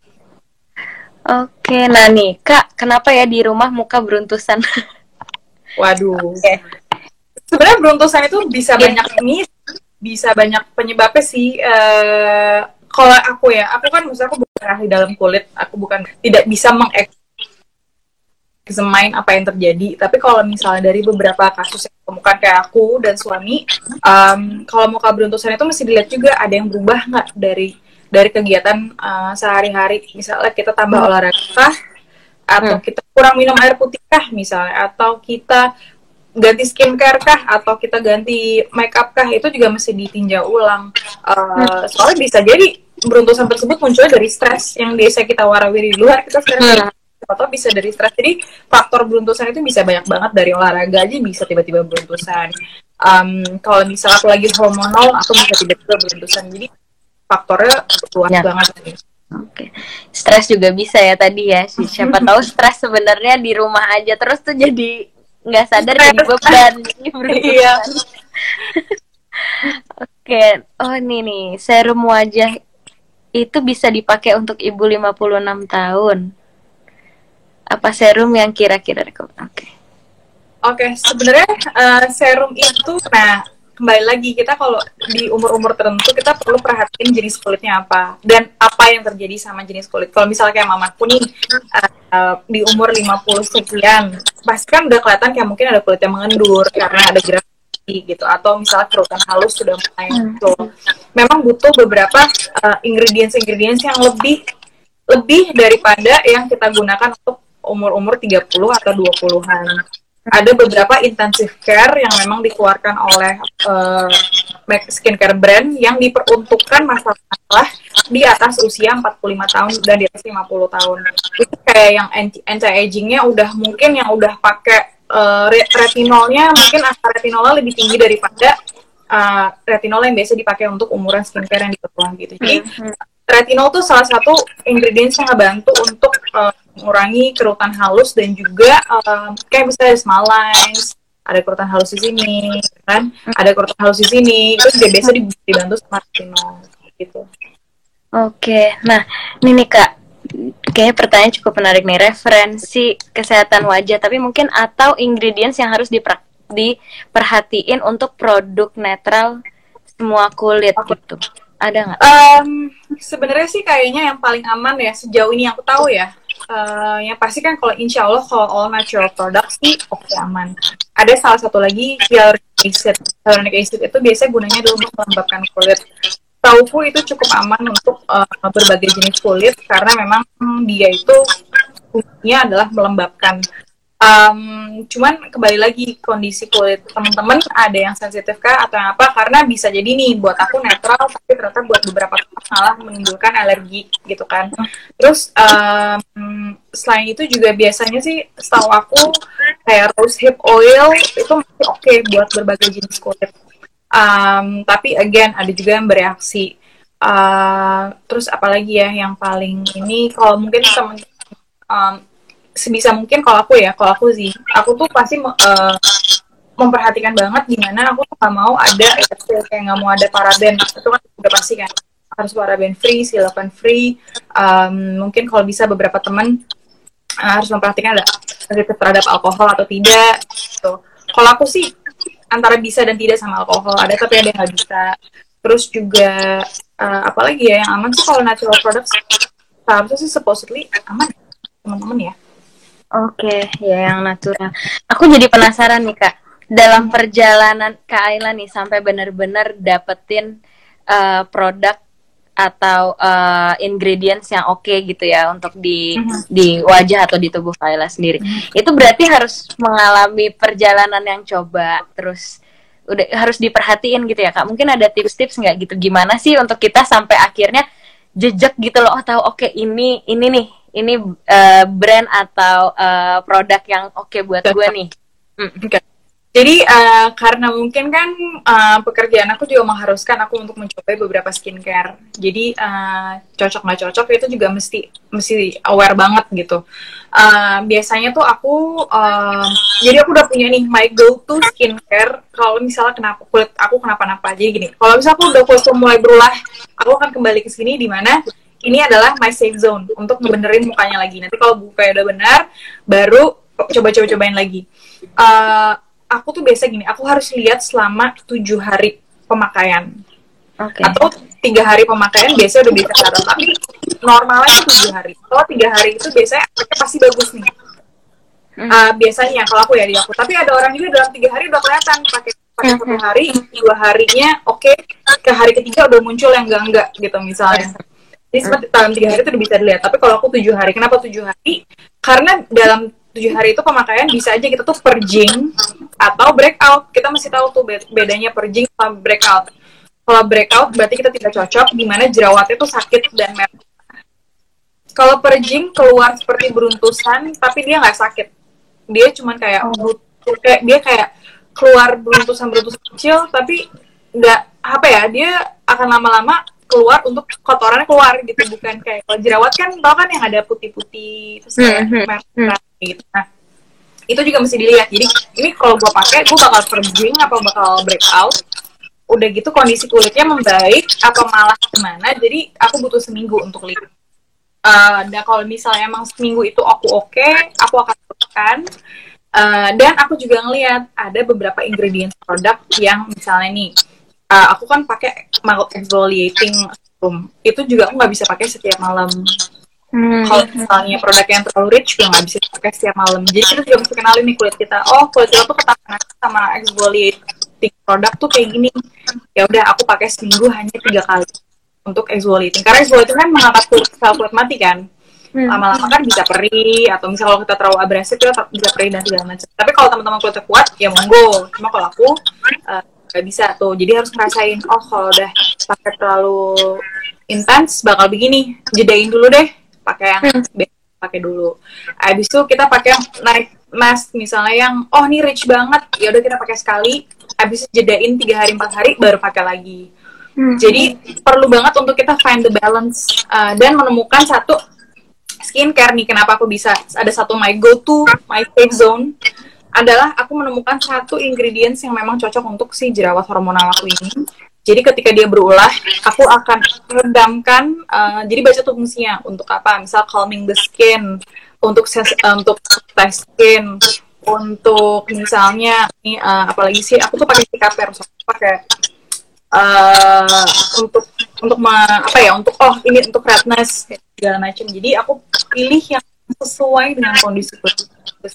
Oke, nah nih Kak, kenapa ya di rumah muka beruntusan? Waduh. Okay. Sebenarnya beruntusan itu bisa yeah. banyak ini, bisa banyak penyebabnya sih. Uh, kalau aku ya, aku kan maksudnya aku bukan ahli dalam kulit, aku bukan tidak bisa mengexamine apa yang terjadi. Tapi kalau misalnya dari beberapa kasus yang ditemukan kayak aku dan suami, um, kalau muka beruntusan itu mesti dilihat juga ada yang berubah nggak dari dari kegiatan uh, sehari-hari. Misalnya kita tambah olahraga kah, atau kita kurang minum air putih kah misalnya, atau kita ganti skincare kah, atau kita ganti makeup kah, itu juga mesti ditinjau ulang. Uh, soalnya bisa jadi beruntusan tersebut munculnya dari stres yang biasa kita warawiri di luar, kita sekarang atau bisa dari stres. Jadi faktor beruntusan itu bisa banyak banget, dari olahraga aja bisa tiba-tiba beruntusan. Um, kalau misalnya aku lagi hormonal, aku bisa tiba-tiba beruntusan. Jadi faktornya luas ya. banget. Oke, okay. Stres juga bisa ya tadi ya. Siapa tahu stres sebenarnya di rumah aja terus tuh jadi nggak sadar stress. Jadi beban. Iya. Oke, okay. Oh ini nih serum wajah itu bisa dipakai untuk ibu lima puluh enam tahun. Apa serum yang kira-kira rekomend? Oke. Okay. Oke, okay, sebenarnya uh, serum itu, nah kembali lagi kita kalau di umur-umur tertentu kita perlu perhatiin jenis kulitnya apa dan apa yang terjadi sama jenis kulit. Kalau misalnya kayak mamaku nih uh, uh, di umur lima puluh sekian, pasti kan udah kelihatan kayak mungkin ada kulit yang mengendur karena ada gravitasi gitu, atau misalnya kerutan halus sudah mulai muncul. Memang butuh beberapa uh, ingredients-ingredients yang lebih lebih daripada yang kita gunakan untuk umur-umur tiga puluh atau dua puluhan. Ada beberapa intensive care yang memang dikeluarkan oleh uh, skincare brand yang diperuntukkan masalah-masalah di atas usia empat puluh lima tahun dan di atas lima puluh tahun. Itu kayak yang anti-agingnya udah mungkin yang udah pakai uh, retinolnya, mungkin angka retinolnya lebih tinggi daripada uh, retinol yang biasa dipakai untuk umuran skincare yang di bawah gitu. Jadi retinol tuh salah satu ingredients yang ngebantu untuk uh, mengurangi kerutan halus dan juga um, kayak misalnya ada small lines, ada kerutan halus di sini, kan? Ada kerutan halus di sini, itu juga biasa dibantu sama retinol gitu. Oke, nah ini nih Kak, kayaknya pertanyaan cukup menarik nih, referensi kesehatan wajah, tapi mungkin atau ingredients yang harus diprak- diperhatiin untuk produk netral semua kulit gitu? Ada nggak? Um, Sebenarnya sih kayaknya yang paling aman ya sejauh ini yang aku tahu ya. Uh, yang pasti kan kalau insya Allah kalau all natural products sih oke okay, aman. Ada salah satu lagi hyaluronic acid. Hyaluronic acid itu biasanya gunanya adalah untuk melembabkan kulit. Tauku itu cukup aman untuk uh, berbagai jenis kulit karena memang dia itu fungsinya adalah melembabkan. Um, cuman kembali lagi kondisi kulit teman-teman ada yang sensitif kah atau yang apa, karena bisa jadi nih buat aku netral tapi ternyata buat beberapa teman malah menimbulkan alergi gitu kan. Terus um, selain itu juga biasanya sih setahu aku kayak rose hip oil itu masih oke okay buat berbagai jenis kulit. Um, tapi again ada juga yang bereaksi. Uh, terus apalagi ya yang paling ini kalau mungkin teman um, sebisa mungkin kalau aku ya, kalau aku sih, aku tuh pasti uh, memperhatikan banget gimana aku tuh gak mau ada kayak nggak mau ada paraben, itu kan udah pasti kan harus paraben free, silakan free. Um, mungkin kalau bisa beberapa teman uh, harus memperhatikan ada sensitif terhadap alkohol atau tidak. Gitu. Kalau aku sih antara bisa dan tidak sama alkohol, ada tapi ada yang nggak bisa. Terus juga uh, apalagi ya yang aman sih kalau natural products seharusnya sih supposedly aman teman-teman ya. Oke, ya yang natural. Aku jadi penasaran nih Kak, dalam perjalanan Kak Ayla nih sampai benar-benar dapetin uh, produk atau uh, ingredients yang oke okay gitu ya untuk di uh-huh. di wajah atau di tubuh Kak Ayla sendiri. Uh-huh. Itu berarti harus mengalami perjalanan yang coba, terus udah harus diperhatiin gitu ya Kak. Mungkin ada tips-tips nggak gitu gimana sih untuk kita sampai akhirnya jejak gitu loh, oh tahu oke okay, ini ini nih ini uh, brand atau uh, produk yang oke okay buat gue nih. Mm. Okay. Jadi uh, karena mungkin kan uh, pekerjaan aku juga mengharuskan aku untuk mencoba beberapa skincare. Jadi uh, cocok nggak cocok itu juga mesti mesti aware banget gitu. Uh, biasanya tuh aku uh, jadi aku udah punya nih my go to skincare kalau misalnya kenapa kulit aku kenapa-napa. Jadi gini, kalau misalnya aku udah kulit mulai berulah, aku akan kembali ke sini di mana ini adalah my safe zone untuk ngebenerin mukanya lagi. Nanti kalau mukanya udah benar, baru coba-coba-cobain lagi. Uh, aku tuh biasa gini, aku harus lihat selama tujuh hari pemakaian. Okay. Atau tiga hari pemakaian biasanya udah bisa kelihatan. Tapi normalnya tujuh hari. Kalau tiga hari itu biasanya pasti bagus nih. Uh, biasanya kalau aku ya di aku. Tapi ada orang juga dalam tiga hari udah kelihatan pakai pakai satu hari, dua harinya oke, okay, ke hari ketiga udah muncul yang enggak-enggak gitu misalnya. Jadi seperti dalam tiga hari itu udah bisa dilihat. Tapi kalau aku tujuh hari, kenapa tujuh hari? Karena dalam tujuh hari itu pemakaian bisa aja kita tuh purging atau breakout. Kita mesti tahu tuh bedanya purging sama breakout. Kalau breakout berarti kita tidak cocok, dimana jerawatnya tuh sakit dan merah. Kalau purging keluar seperti beruntusan, tapi dia nggak sakit. Dia cuma kayak, kayak dia kayak keluar beruntusan-beruntusan kecil, tapi nggak apa ya? Dia akan lama-lama keluar untuk kotorannya keluar gitu, bukan kayak kalau jerawat kan tau kan yang ada putih-putih terus kayak merah gitu. Nah itu juga mesti dilihat. Jadi ini kalau gue pakai gue bakal purging apa bakal breakout, udah gitu kondisi kulitnya membaik apa malah gimana. Jadi aku butuh seminggu untuk lihat. Uh, dan kalau misalnya emang seminggu itu aku oke, okay, aku akan teruskan. Uh, dan aku juga ngelihat ada beberapa ingredient produk yang misalnya nih. Uh, aku kan pakai mild exfoliating serum. Itu juga aku nggak bisa pakai setiap malam. Hmm. Kalau misalnya produk yang terlalu rich juga nggak bisa pakai setiap malam. Jadi kita juga mesti kenalin nih kulit kita. Oh, kulit kita tuh ketahanan sama exfoliating produk tuh kayak gini. Ya udah, aku pakai seminggu hanya tiga kali untuk exfoliating. Karena exfoliating kan mengangkat kulit sel kulit mati kan. Hmm. Lama-lama kan bisa perih atau misalnya kalau kita terlalu abrasif kita bisa perih dan segala macam. Tapi kalau teman-teman kulitnya kuat, ya monggo. Cuma kalau aku uh, gak bisa tuh, jadi harus ngerasain oh kalau udah pakai terlalu intens bakal begini, jedain dulu deh pakai yang hmm. pakai dulu. Abis itu kita pakai night mask misalnya yang oh ini rich banget, ya udah kita pakai sekali, abis itu jedain tiga hari empat hari baru pakai lagi. hmm. Jadi perlu banget untuk kita find the balance uh, dan menemukan satu skincare nih. Kenapa aku bisa ada satu my go to my safe zone adalah aku menemukan satu ingredients yang memang cocok untuk si jerawat hormonal aku ini. Jadi ketika dia berulah, aku akan redamkan. Uh, jadi baca tuh fungsinya untuk apa? Misal calming the skin, untuk ses- uh, untuk test skin, untuk misalnya nih uh, apalagi sih aku tuh pakai Cicapair, so aku pakai uh, untuk untuk ma- apa ya untuk oh ini untuk redness segala macam. Jadi aku pilih yang sesuai dengan kondisi kulit.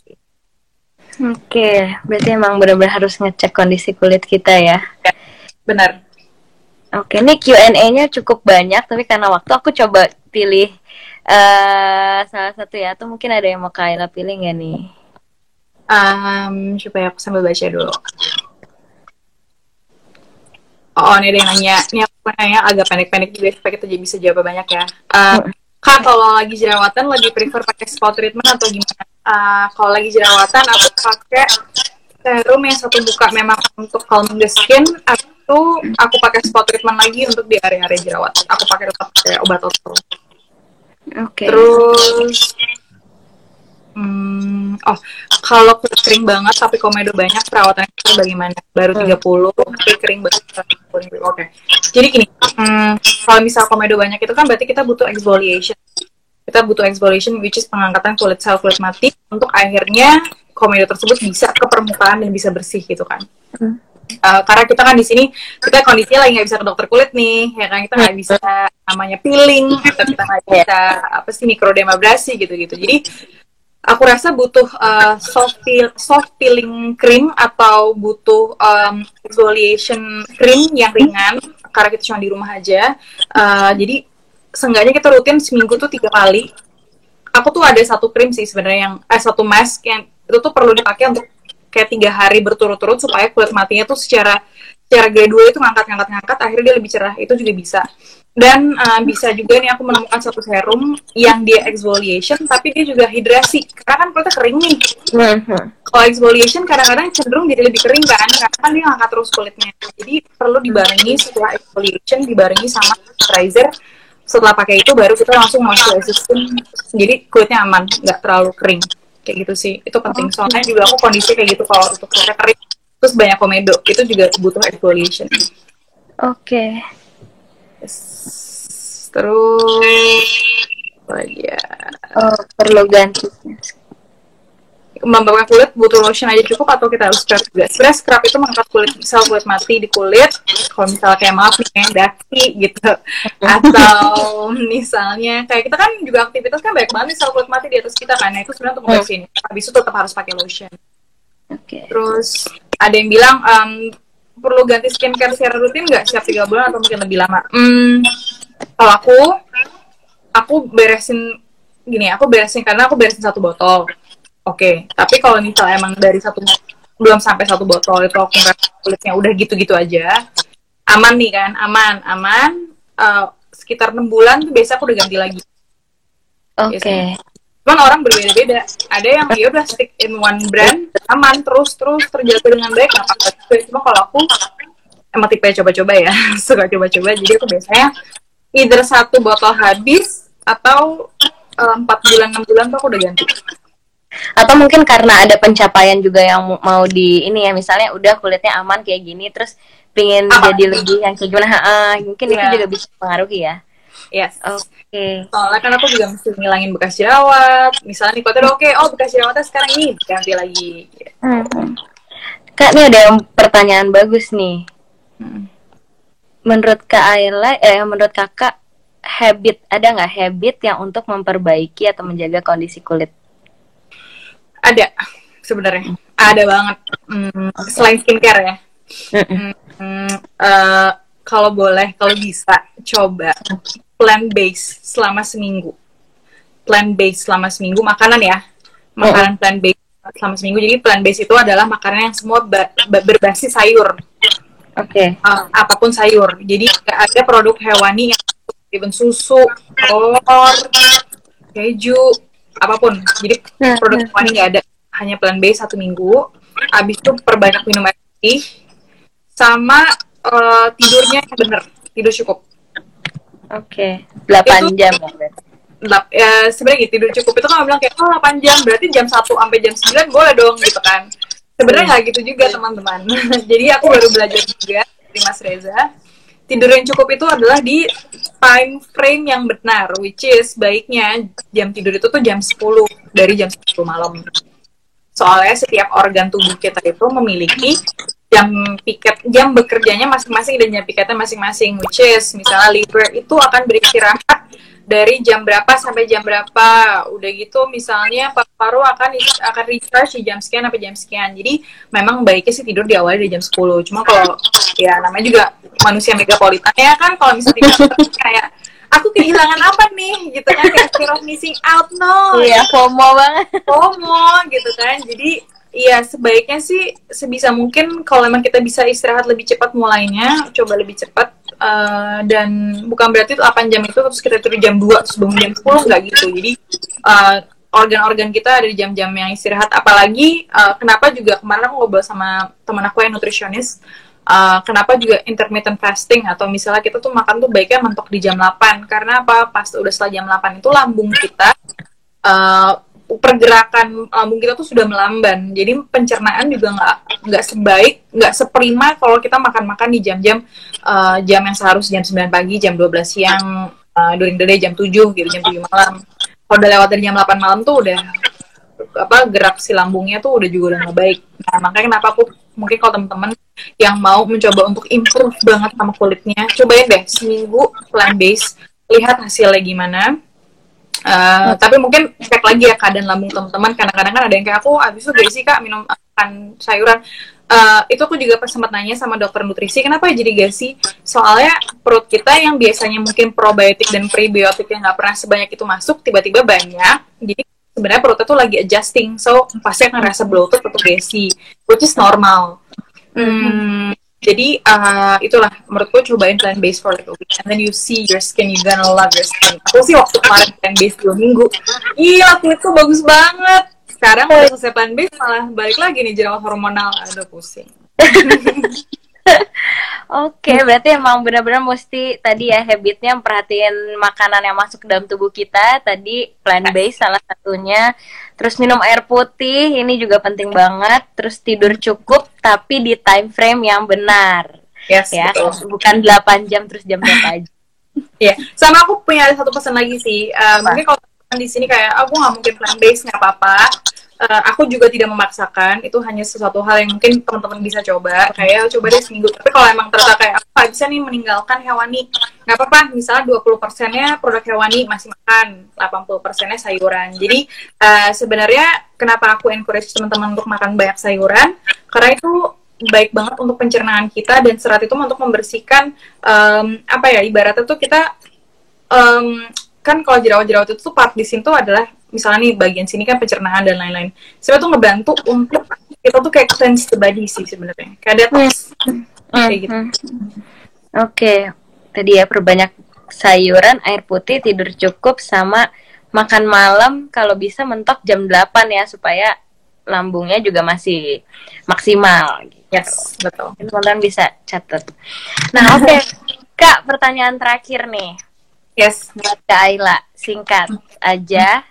Oke, berarti emang benar-benar harus ngecek kondisi kulit kita ya. Benar. Oke, ini Q and A-nya cukup banyak, tapi karena waktu aku coba pilih uh, salah satu ya. Atau mungkin ada yang mau Kayla pilih nggak nih? Um, supaya aku sambil baca dulu. Oh, ini ada yang nanya. Ini aku nanya agak pendek-pendek juga supaya kita bisa jawab banyak ya. Uh, Kak, kalau lagi jerawatan lebih prefer pakai spot treatment atau gimana? Uh, kalau lagi jerawatan aku pakai serum yang satu buka memang untuk calming the skin, atau aku pakai spot treatment lagi untuk di area-area jerawat. Aku pakai tetap kayak obat otot. Oke. Okay. Terus Hmm, oh, kalau kulit kering banget tapi komedo banyak, perawatannya itu bagaimana? Baru tiga puluh, tapi kering banget. Oke. Okay. Jadi gini, hmm, kalau misal komedo banyak itu kan berarti kita butuh exfoliation. Kita butuh exfoliation, which is pengangkatan kulit sel kulit mati untuk akhirnya komedo tersebut bisa ke permukaan dan bisa bersih gitu kan. Hmm. Uh, karena kita kan di sini kita kondisinya lagi nggak bisa ke dokter kulit nih, ya kan kita nggak bisa namanya peeling, atau kita nggak bisa apa sih mikrodermabrasi gitu-gitu. Jadi aku rasa butuh uh, soft peel, soft peeling cream atau butuh um, exfoliation cream yang ringan karena kita cuma di rumah aja. Uh, jadi seenggaknya kita rutin seminggu tuh tiga kali. Aku tuh ada satu krim sih sebenarnya yang eh satu mask yang itu tuh perlu dipakai untuk kayak tiga hari berturut-turut supaya kulit matinya tuh secara secara gradual itu ngangkat-ngangkat-ngangkat akhirnya dia lebih cerah. Itu juga bisa. Dan uh, bisa juga nih aku menemukan satu serum yang dia exfoliation tapi dia juga hidrasi karena kan kulitnya kering nih. Mm-hmm. Kalau exfoliation kadang-kadang cenderung jadi lebih kering kan karena kan dia ngangkat terus kulitnya. Jadi perlu dibarengi setelah exfoliation dibarengi sama moisturizer. Setelah pakai itu baru kita langsung moisturizing jadi kulitnya aman, nggak terlalu kering kayak gitu sih. Itu penting soalnya juga aku kondisi kayak gitu kalau untuk kulitnya kering terus banyak komedo itu juga butuh exfoliation. Oke. Okay. Terus apa lagi ya? Oh, perlu ganti. Membakar kulit butuh lotion aja cukup atau kita harus scrub juga? Sebenarnya scrub itu mengangkat kulit sel kulit mati di kulit. Kalau misalnya kayak maaf nih daki gitu, atau misalnya kayak kita kan juga aktivitas kan banyak banget sel kulit mati di atas kita kan. Nah itu sebenarnya untuk membersihin. Habis itu tetap harus pakai lotion. Oke. Okay. Terus ada yang bilang um, perlu ganti skincare secara rutin nggak setiap tiga bulan atau mungkin lebih lama? Hmm, kalau aku, aku beresin gini, aku beresin karena aku beresin satu botol. Oke, okay. Tapi kalau misalnya emang dari satu belum sampai satu botol itu aku ngerasa kulitnya udah gitu-gitu aja, aman nih kan, aman, aman. Uh, sekitar enam bulan tuh biasa aku udah ganti lagi. Oke. Okay. Cuman orang berbeda-beda. Ada yang ya udah stick in one brand, aman terus terus terjaga dengan baik, nggak apa-apa. Cuma kalau aku emang tipe coba-coba ya, suka coba-coba. Jadi aku biasanya either satu botol habis atau empat bulan enam bulan tuh aku udah ganti. Atau mungkin karena ada pencapaian juga yang mau di ini ya, misalnya udah kulitnya aman kayak gini terus pengen apa? Jadi lebih yang kayak gimana, uh, mungkin yeah. Itu juga bisa mempengaruhi ya. Yes. Oke. Okay. Soalnya kan aku juga mesti ngilangin bekas jerawat. Misalnya nih, udah oke, okay, oh bekas jerawatnya sekarang ini ganti lagi. Hmm. Kak, nih ada pertanyaan bagus nih. Hmm. Menurut Kak Ayla, eh menurut Kakak, habit ada nggak habit yang untuk memperbaiki atau menjaga kondisi kulit? Ada sebenarnya, ada banget. Hmm, selain skincare ya. Hmm, uh, kalau boleh, kalau bisa, coba plant based selama seminggu. Plant based selama seminggu makanan ya, makanan plant based selama seminggu. Jadi plant based itu adalah makanan yang semua ba- ba- berbasis sayur. Oke. Okay. Uh, apapun sayur. Jadi nggak ada produk hewani yang even susu, telur, keju. Apapun, jadi produk hewani nggak ada, hanya plant based satu minggu. Abis itu perbanyak minum air putih, sama uh, tidurnya yang bener, tidur cukup. Oke, okay. delapan jam ya? Ya sebenarnya gitu, tidur cukup itu kan bilang kayak oh delapan jam, berarti jam satu sampai jam sembilan boleh dong gitu kan. Sebenarnya nggak gitu juga teman-teman. Jadi aku baru belajar juga dari Mas Reza. Tidur yang cukup itu adalah di time frame yang benar, which is baiknya jam tidur itu tuh jam sepuluh, dari jam sepuluh malam. Soalnya setiap organ tubuh kita itu memiliki jam piket, jam bekerjanya masing-masing dan jam piketnya masing-masing, which is misalnya liver itu akan beristirahat dari jam berapa sampai jam berapa, udah gitu misalnya paru-paru akan akan recharge di jam sekian sampai jam sekian. Jadi memang baiknya sih tidur di awal dari jam sepuluh. Cuma kalau ya namanya juga manusia megapolitan ya kan, kalau misalnya tidur kayak aku kehilangan apa nih gitu kan, kayak fear of missing out, no. Iya, FOMO banget. FOMO gitu kan. Jadi iya, sebaiknya sih sebisa mungkin kalau memang kita bisa istirahat lebih cepat mulainya, coba lebih cepat. Uh, dan bukan berarti delapan jam itu terus kita tidur jam dua terus bangun jam sepuluh, nggak gitu. Jadi uh, organ-organ kita ada di jam-jam yang istirahat. Apalagi uh, kenapa juga kemarin aku ngobrol sama teman aku yang nutrisionis, uh, kenapa juga intermittent fasting atau misalnya kita tuh makan tuh baiknya mentok di jam delapan. Karena apa? Pas udah setelah jam delapan itu lambung kita uh, pergerakan lambung kita tuh sudah melamban, jadi pencernaan juga nggak nggak sebaik, nggak seprima kalau kita makan-makan di jam-jam uh, jam yang seharusnya jam sembilan pagi, jam dua belas siang, uh, during the day jam tujuh gitu, jam tujuh malam. Kalau udah lewat dari jam delapan malam tuh udah apa gerak si lambungnya tuh udah juga udah nggak baik. Nah makanya kenapa aku mungkin kalau teman-teman yang mau mencoba untuk improve banget sama kulitnya, cobain deh seminggu plant based, lihat hasilnya gimana. Uh, tapi mungkin cek lagi ya keadaan lambung teman-teman. Kadang-kadang kan ada yang kayak aku abis itu gak sih kak minum makan sayuran. Uh, itu aku juga pas sempat nanya sama dokter nutrisi, kenapa ya jadi gasi? Soalnya perut kita yang biasanya mungkin probiotik dan prebiotik yang nggak pernah sebanyak itu masuk, tiba-tiba banyak. Jadi sebenarnya perutnya tuh lagi adjusting, so pasti akan rasa bloated atau gasi, which is normal. Hmm, jadi uh, itulah menurutku cobain plant based for like a week, and then you see your skin, you gonna love your skin. Aku sih waktu kemarin plant based dua minggu, iya kulitku bagus banget. Sekarang udah selesai plant based malah balik lagi nih jerawat hormonal, aduh pusing. Oke, berarti emang benar-benar mesti tadi ya habitnya memperhatiin makanan yang masuk ke dalam tubuh kita. Tadi plant based salah satunya. Terus minum air putih, ini juga penting banget. Terus tidur cukup tapi di time frame yang benar. Yes, ya, betul. Bukan delapan jam terus jam berapa aja. Iya, yeah. Sama aku punya ada satu pesan lagi sih. Uh, mungkin kalau di sini kayak aku nggak mungkin plant based, nggak apa-apa. Uh, aku juga tidak memaksakan, itu hanya sesuatu hal yang mungkin teman-teman bisa coba, kayak coba deh seminggu. Tapi kalau emang ternyata kayak aku nggak bisa nih meninggalkan hewani, nggak apa-apa, misalnya dua puluh persennya produk hewani masih makan, delapan puluh persennya sayuran. Jadi uh, sebenarnya kenapa aku encourage teman-teman untuk makan banyak sayuran, karena itu baik banget untuk pencernaan kita, dan serat itu untuk membersihkan um, apa ya, ibaratnya tuh kita um, kan kalau jerawat-jerawat itu tuh part di sini tuh adalah misalnya nih bagian sini kan pencernaan dan lain-lain. Sebenarnya tuh ngebantu untuk kita tuh kayak cleanse the body sih sebenarnya. Kayak detox. Hmm. Kayak gitu. Hmm. Oke, okay. Tadi ya perbanyak sayuran, air putih, tidur cukup, sama makan malam kalau bisa mentok jam delapan ya supaya lambungnya juga masih maksimal. Gitu. Yes, betul. Teman-teman bisa catat. Nah, oke. Okay. Kak, pertanyaan terakhir nih. Yes. Buat Kak Ayla, singkat aja.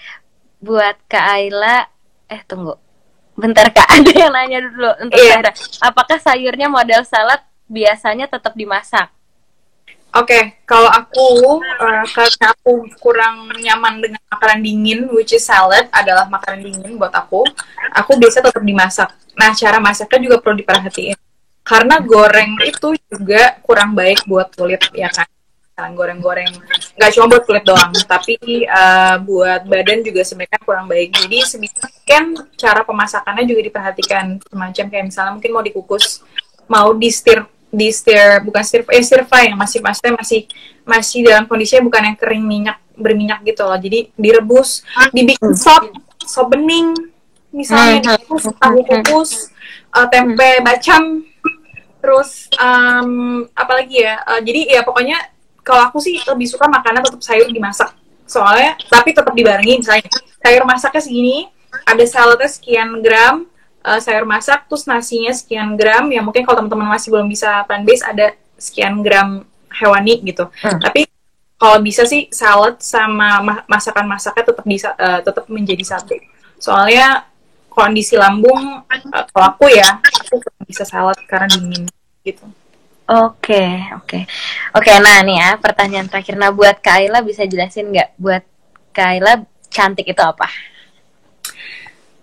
Buat Kak Ayla, eh tunggu, bentar Kak, ada yang nanya dulu untuk yeah. Kak. Apakah sayurnya model salad biasanya tetap dimasak? Oke, okay, kalau aku uh, karena aku kurang nyaman dengan makanan dingin, which is salad adalah makanan dingin buat aku, aku biasa tetap dimasak. Nah, cara masaknya juga perlu diperhatiin, karena goreng itu juga kurang baik buat kulit, ya kan? Goreng-goreng nggak cuma buat kulit doang, tapi uh, buat badan juga sebenarnya kurang baik. Jadi sebisa mungkin cara pemasakannya juga diperhatikan, semacam kayak misalnya mungkin mau dikukus, mau di stir, di stir bukan stir, eh stir fry yang masih pasti masih masih dalam kondisinya bukan yang kering minyak berminyak gitu loh. Jadi direbus, dibikin sop, sop bening, misalnya dikukus, tahu kukus, uh, tempe bacem, terus um, apalagi ya. Uh, jadi ya pokoknya kalau aku sih lebih suka makanan tetap sayur dimasak, soalnya tapi tetap dibarengi misalnya sayur masaknya segini, ada saladnya sekian gram, uh, sayur masak, terus nasinya sekian gram, ya mungkin kalau teman-teman masih belum bisa plant based ada sekian gram hewani gitu. Hmm. Tapi kalau bisa sih salad sama ma- masakan-masaknya tetap bisa uh, tetap menjadi satu. Soalnya kondisi lambung uh, kalau aku ya aku bisa salad karena dingin gitu. Oke, oke. Oke, nah nih ya, pertanyaan terakhir. Nah, buat Kak Ayla bisa jelasin nggak? Buat Kak Ayla, cantik itu apa?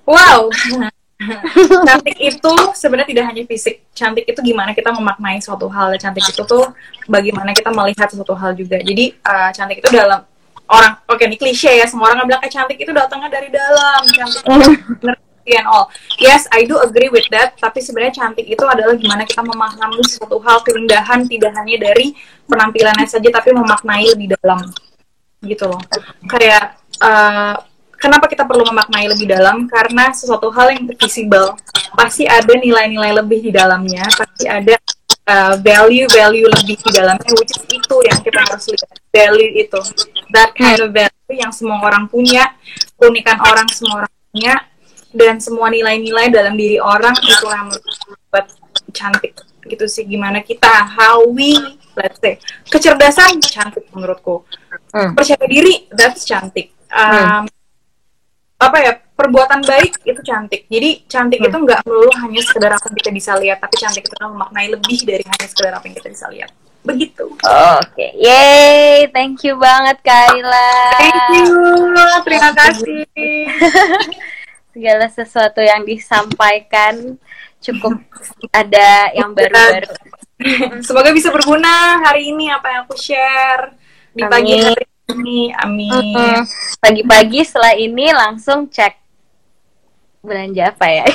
Wow. Cantik itu sebenarnya tidak hanya fisik. Cantik itu gimana kita memaknai suatu hal. Cantik itu tuh bagaimana kita melihat suatu hal juga. Jadi uh, cantik itu dalam orang, oke okay, ini klise ya, semua orang bilang kayak cantik itu datangnya dari dalam. Cantik itu and all. Yes, I do agree with that. Tapi sebenarnya cantik itu adalah gimana kita memahami suatu hal, keindahan tidak hanya dari penampilannya saja, tapi memaknai lebih dalam. Gitu loh. Kayak uh, kenapa kita perlu memaknai lebih dalam? Karena sesuatu hal yang visible pasti ada nilai-nilai lebih di dalamnya, pasti ada uh, value-value lebih di dalamnya, which is itu yang kita harus lihat. Value itu, that kind of value yang semua orang punya, keunikan orang semua orang punya, dan semua nilai-nilai dalam diri orang itu yang membuat cantik. Gitu sih, gimana kita, how we, let's say, kecerdasan cantik menurutku, hmm. percaya diri, that's cantik. Um, hmm. apa ya, perbuatan baik itu cantik. Jadi cantik hmm. itu nggak melulu hanya sekedar apa yang kita bisa lihat, tapi cantik itu kan memaknai lebih dari hanya sekedar apa yang kita bisa lihat. Begitu. Oke, okay. Yay, thank you banget Kayla. Thank you, terima kasih. Segala sesuatu yang disampaikan cukup ada yang baru-baru. Semoga bisa berguna hari ini apa yang aku share di Amin. Pagi hari ini. Amin. Mm-hmm. Pagi-pagi setelah ini langsung cek belanja apa ya?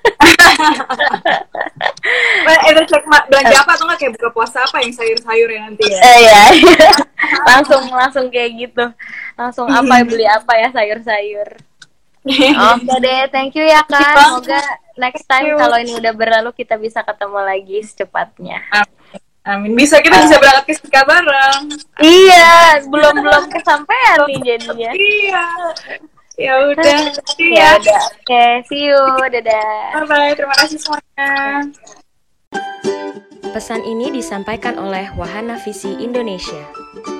Either cek belanja apa atau nggak kayak buka puasa apa yang sayur-sayur ya nanti ya? Eh, ya. langsung langsung kayak gitu. Langsung apa beli apa ya sayur-sayur. Oke deh, thank you ya Kak. Semoga next time kalau ini udah berlalu kita bisa ketemu lagi secepatnya. Amin. Bisa kita bisa berangkat ke Sika bareng. Iya, belum belum kesampaian nih jadinya. Iya. Ya udah. Ya udah. Oke, see you. Dadah. Bye bye. Terima kasih semuanya. Pesan ini disampaikan oleh Wahana Visi Indonesia.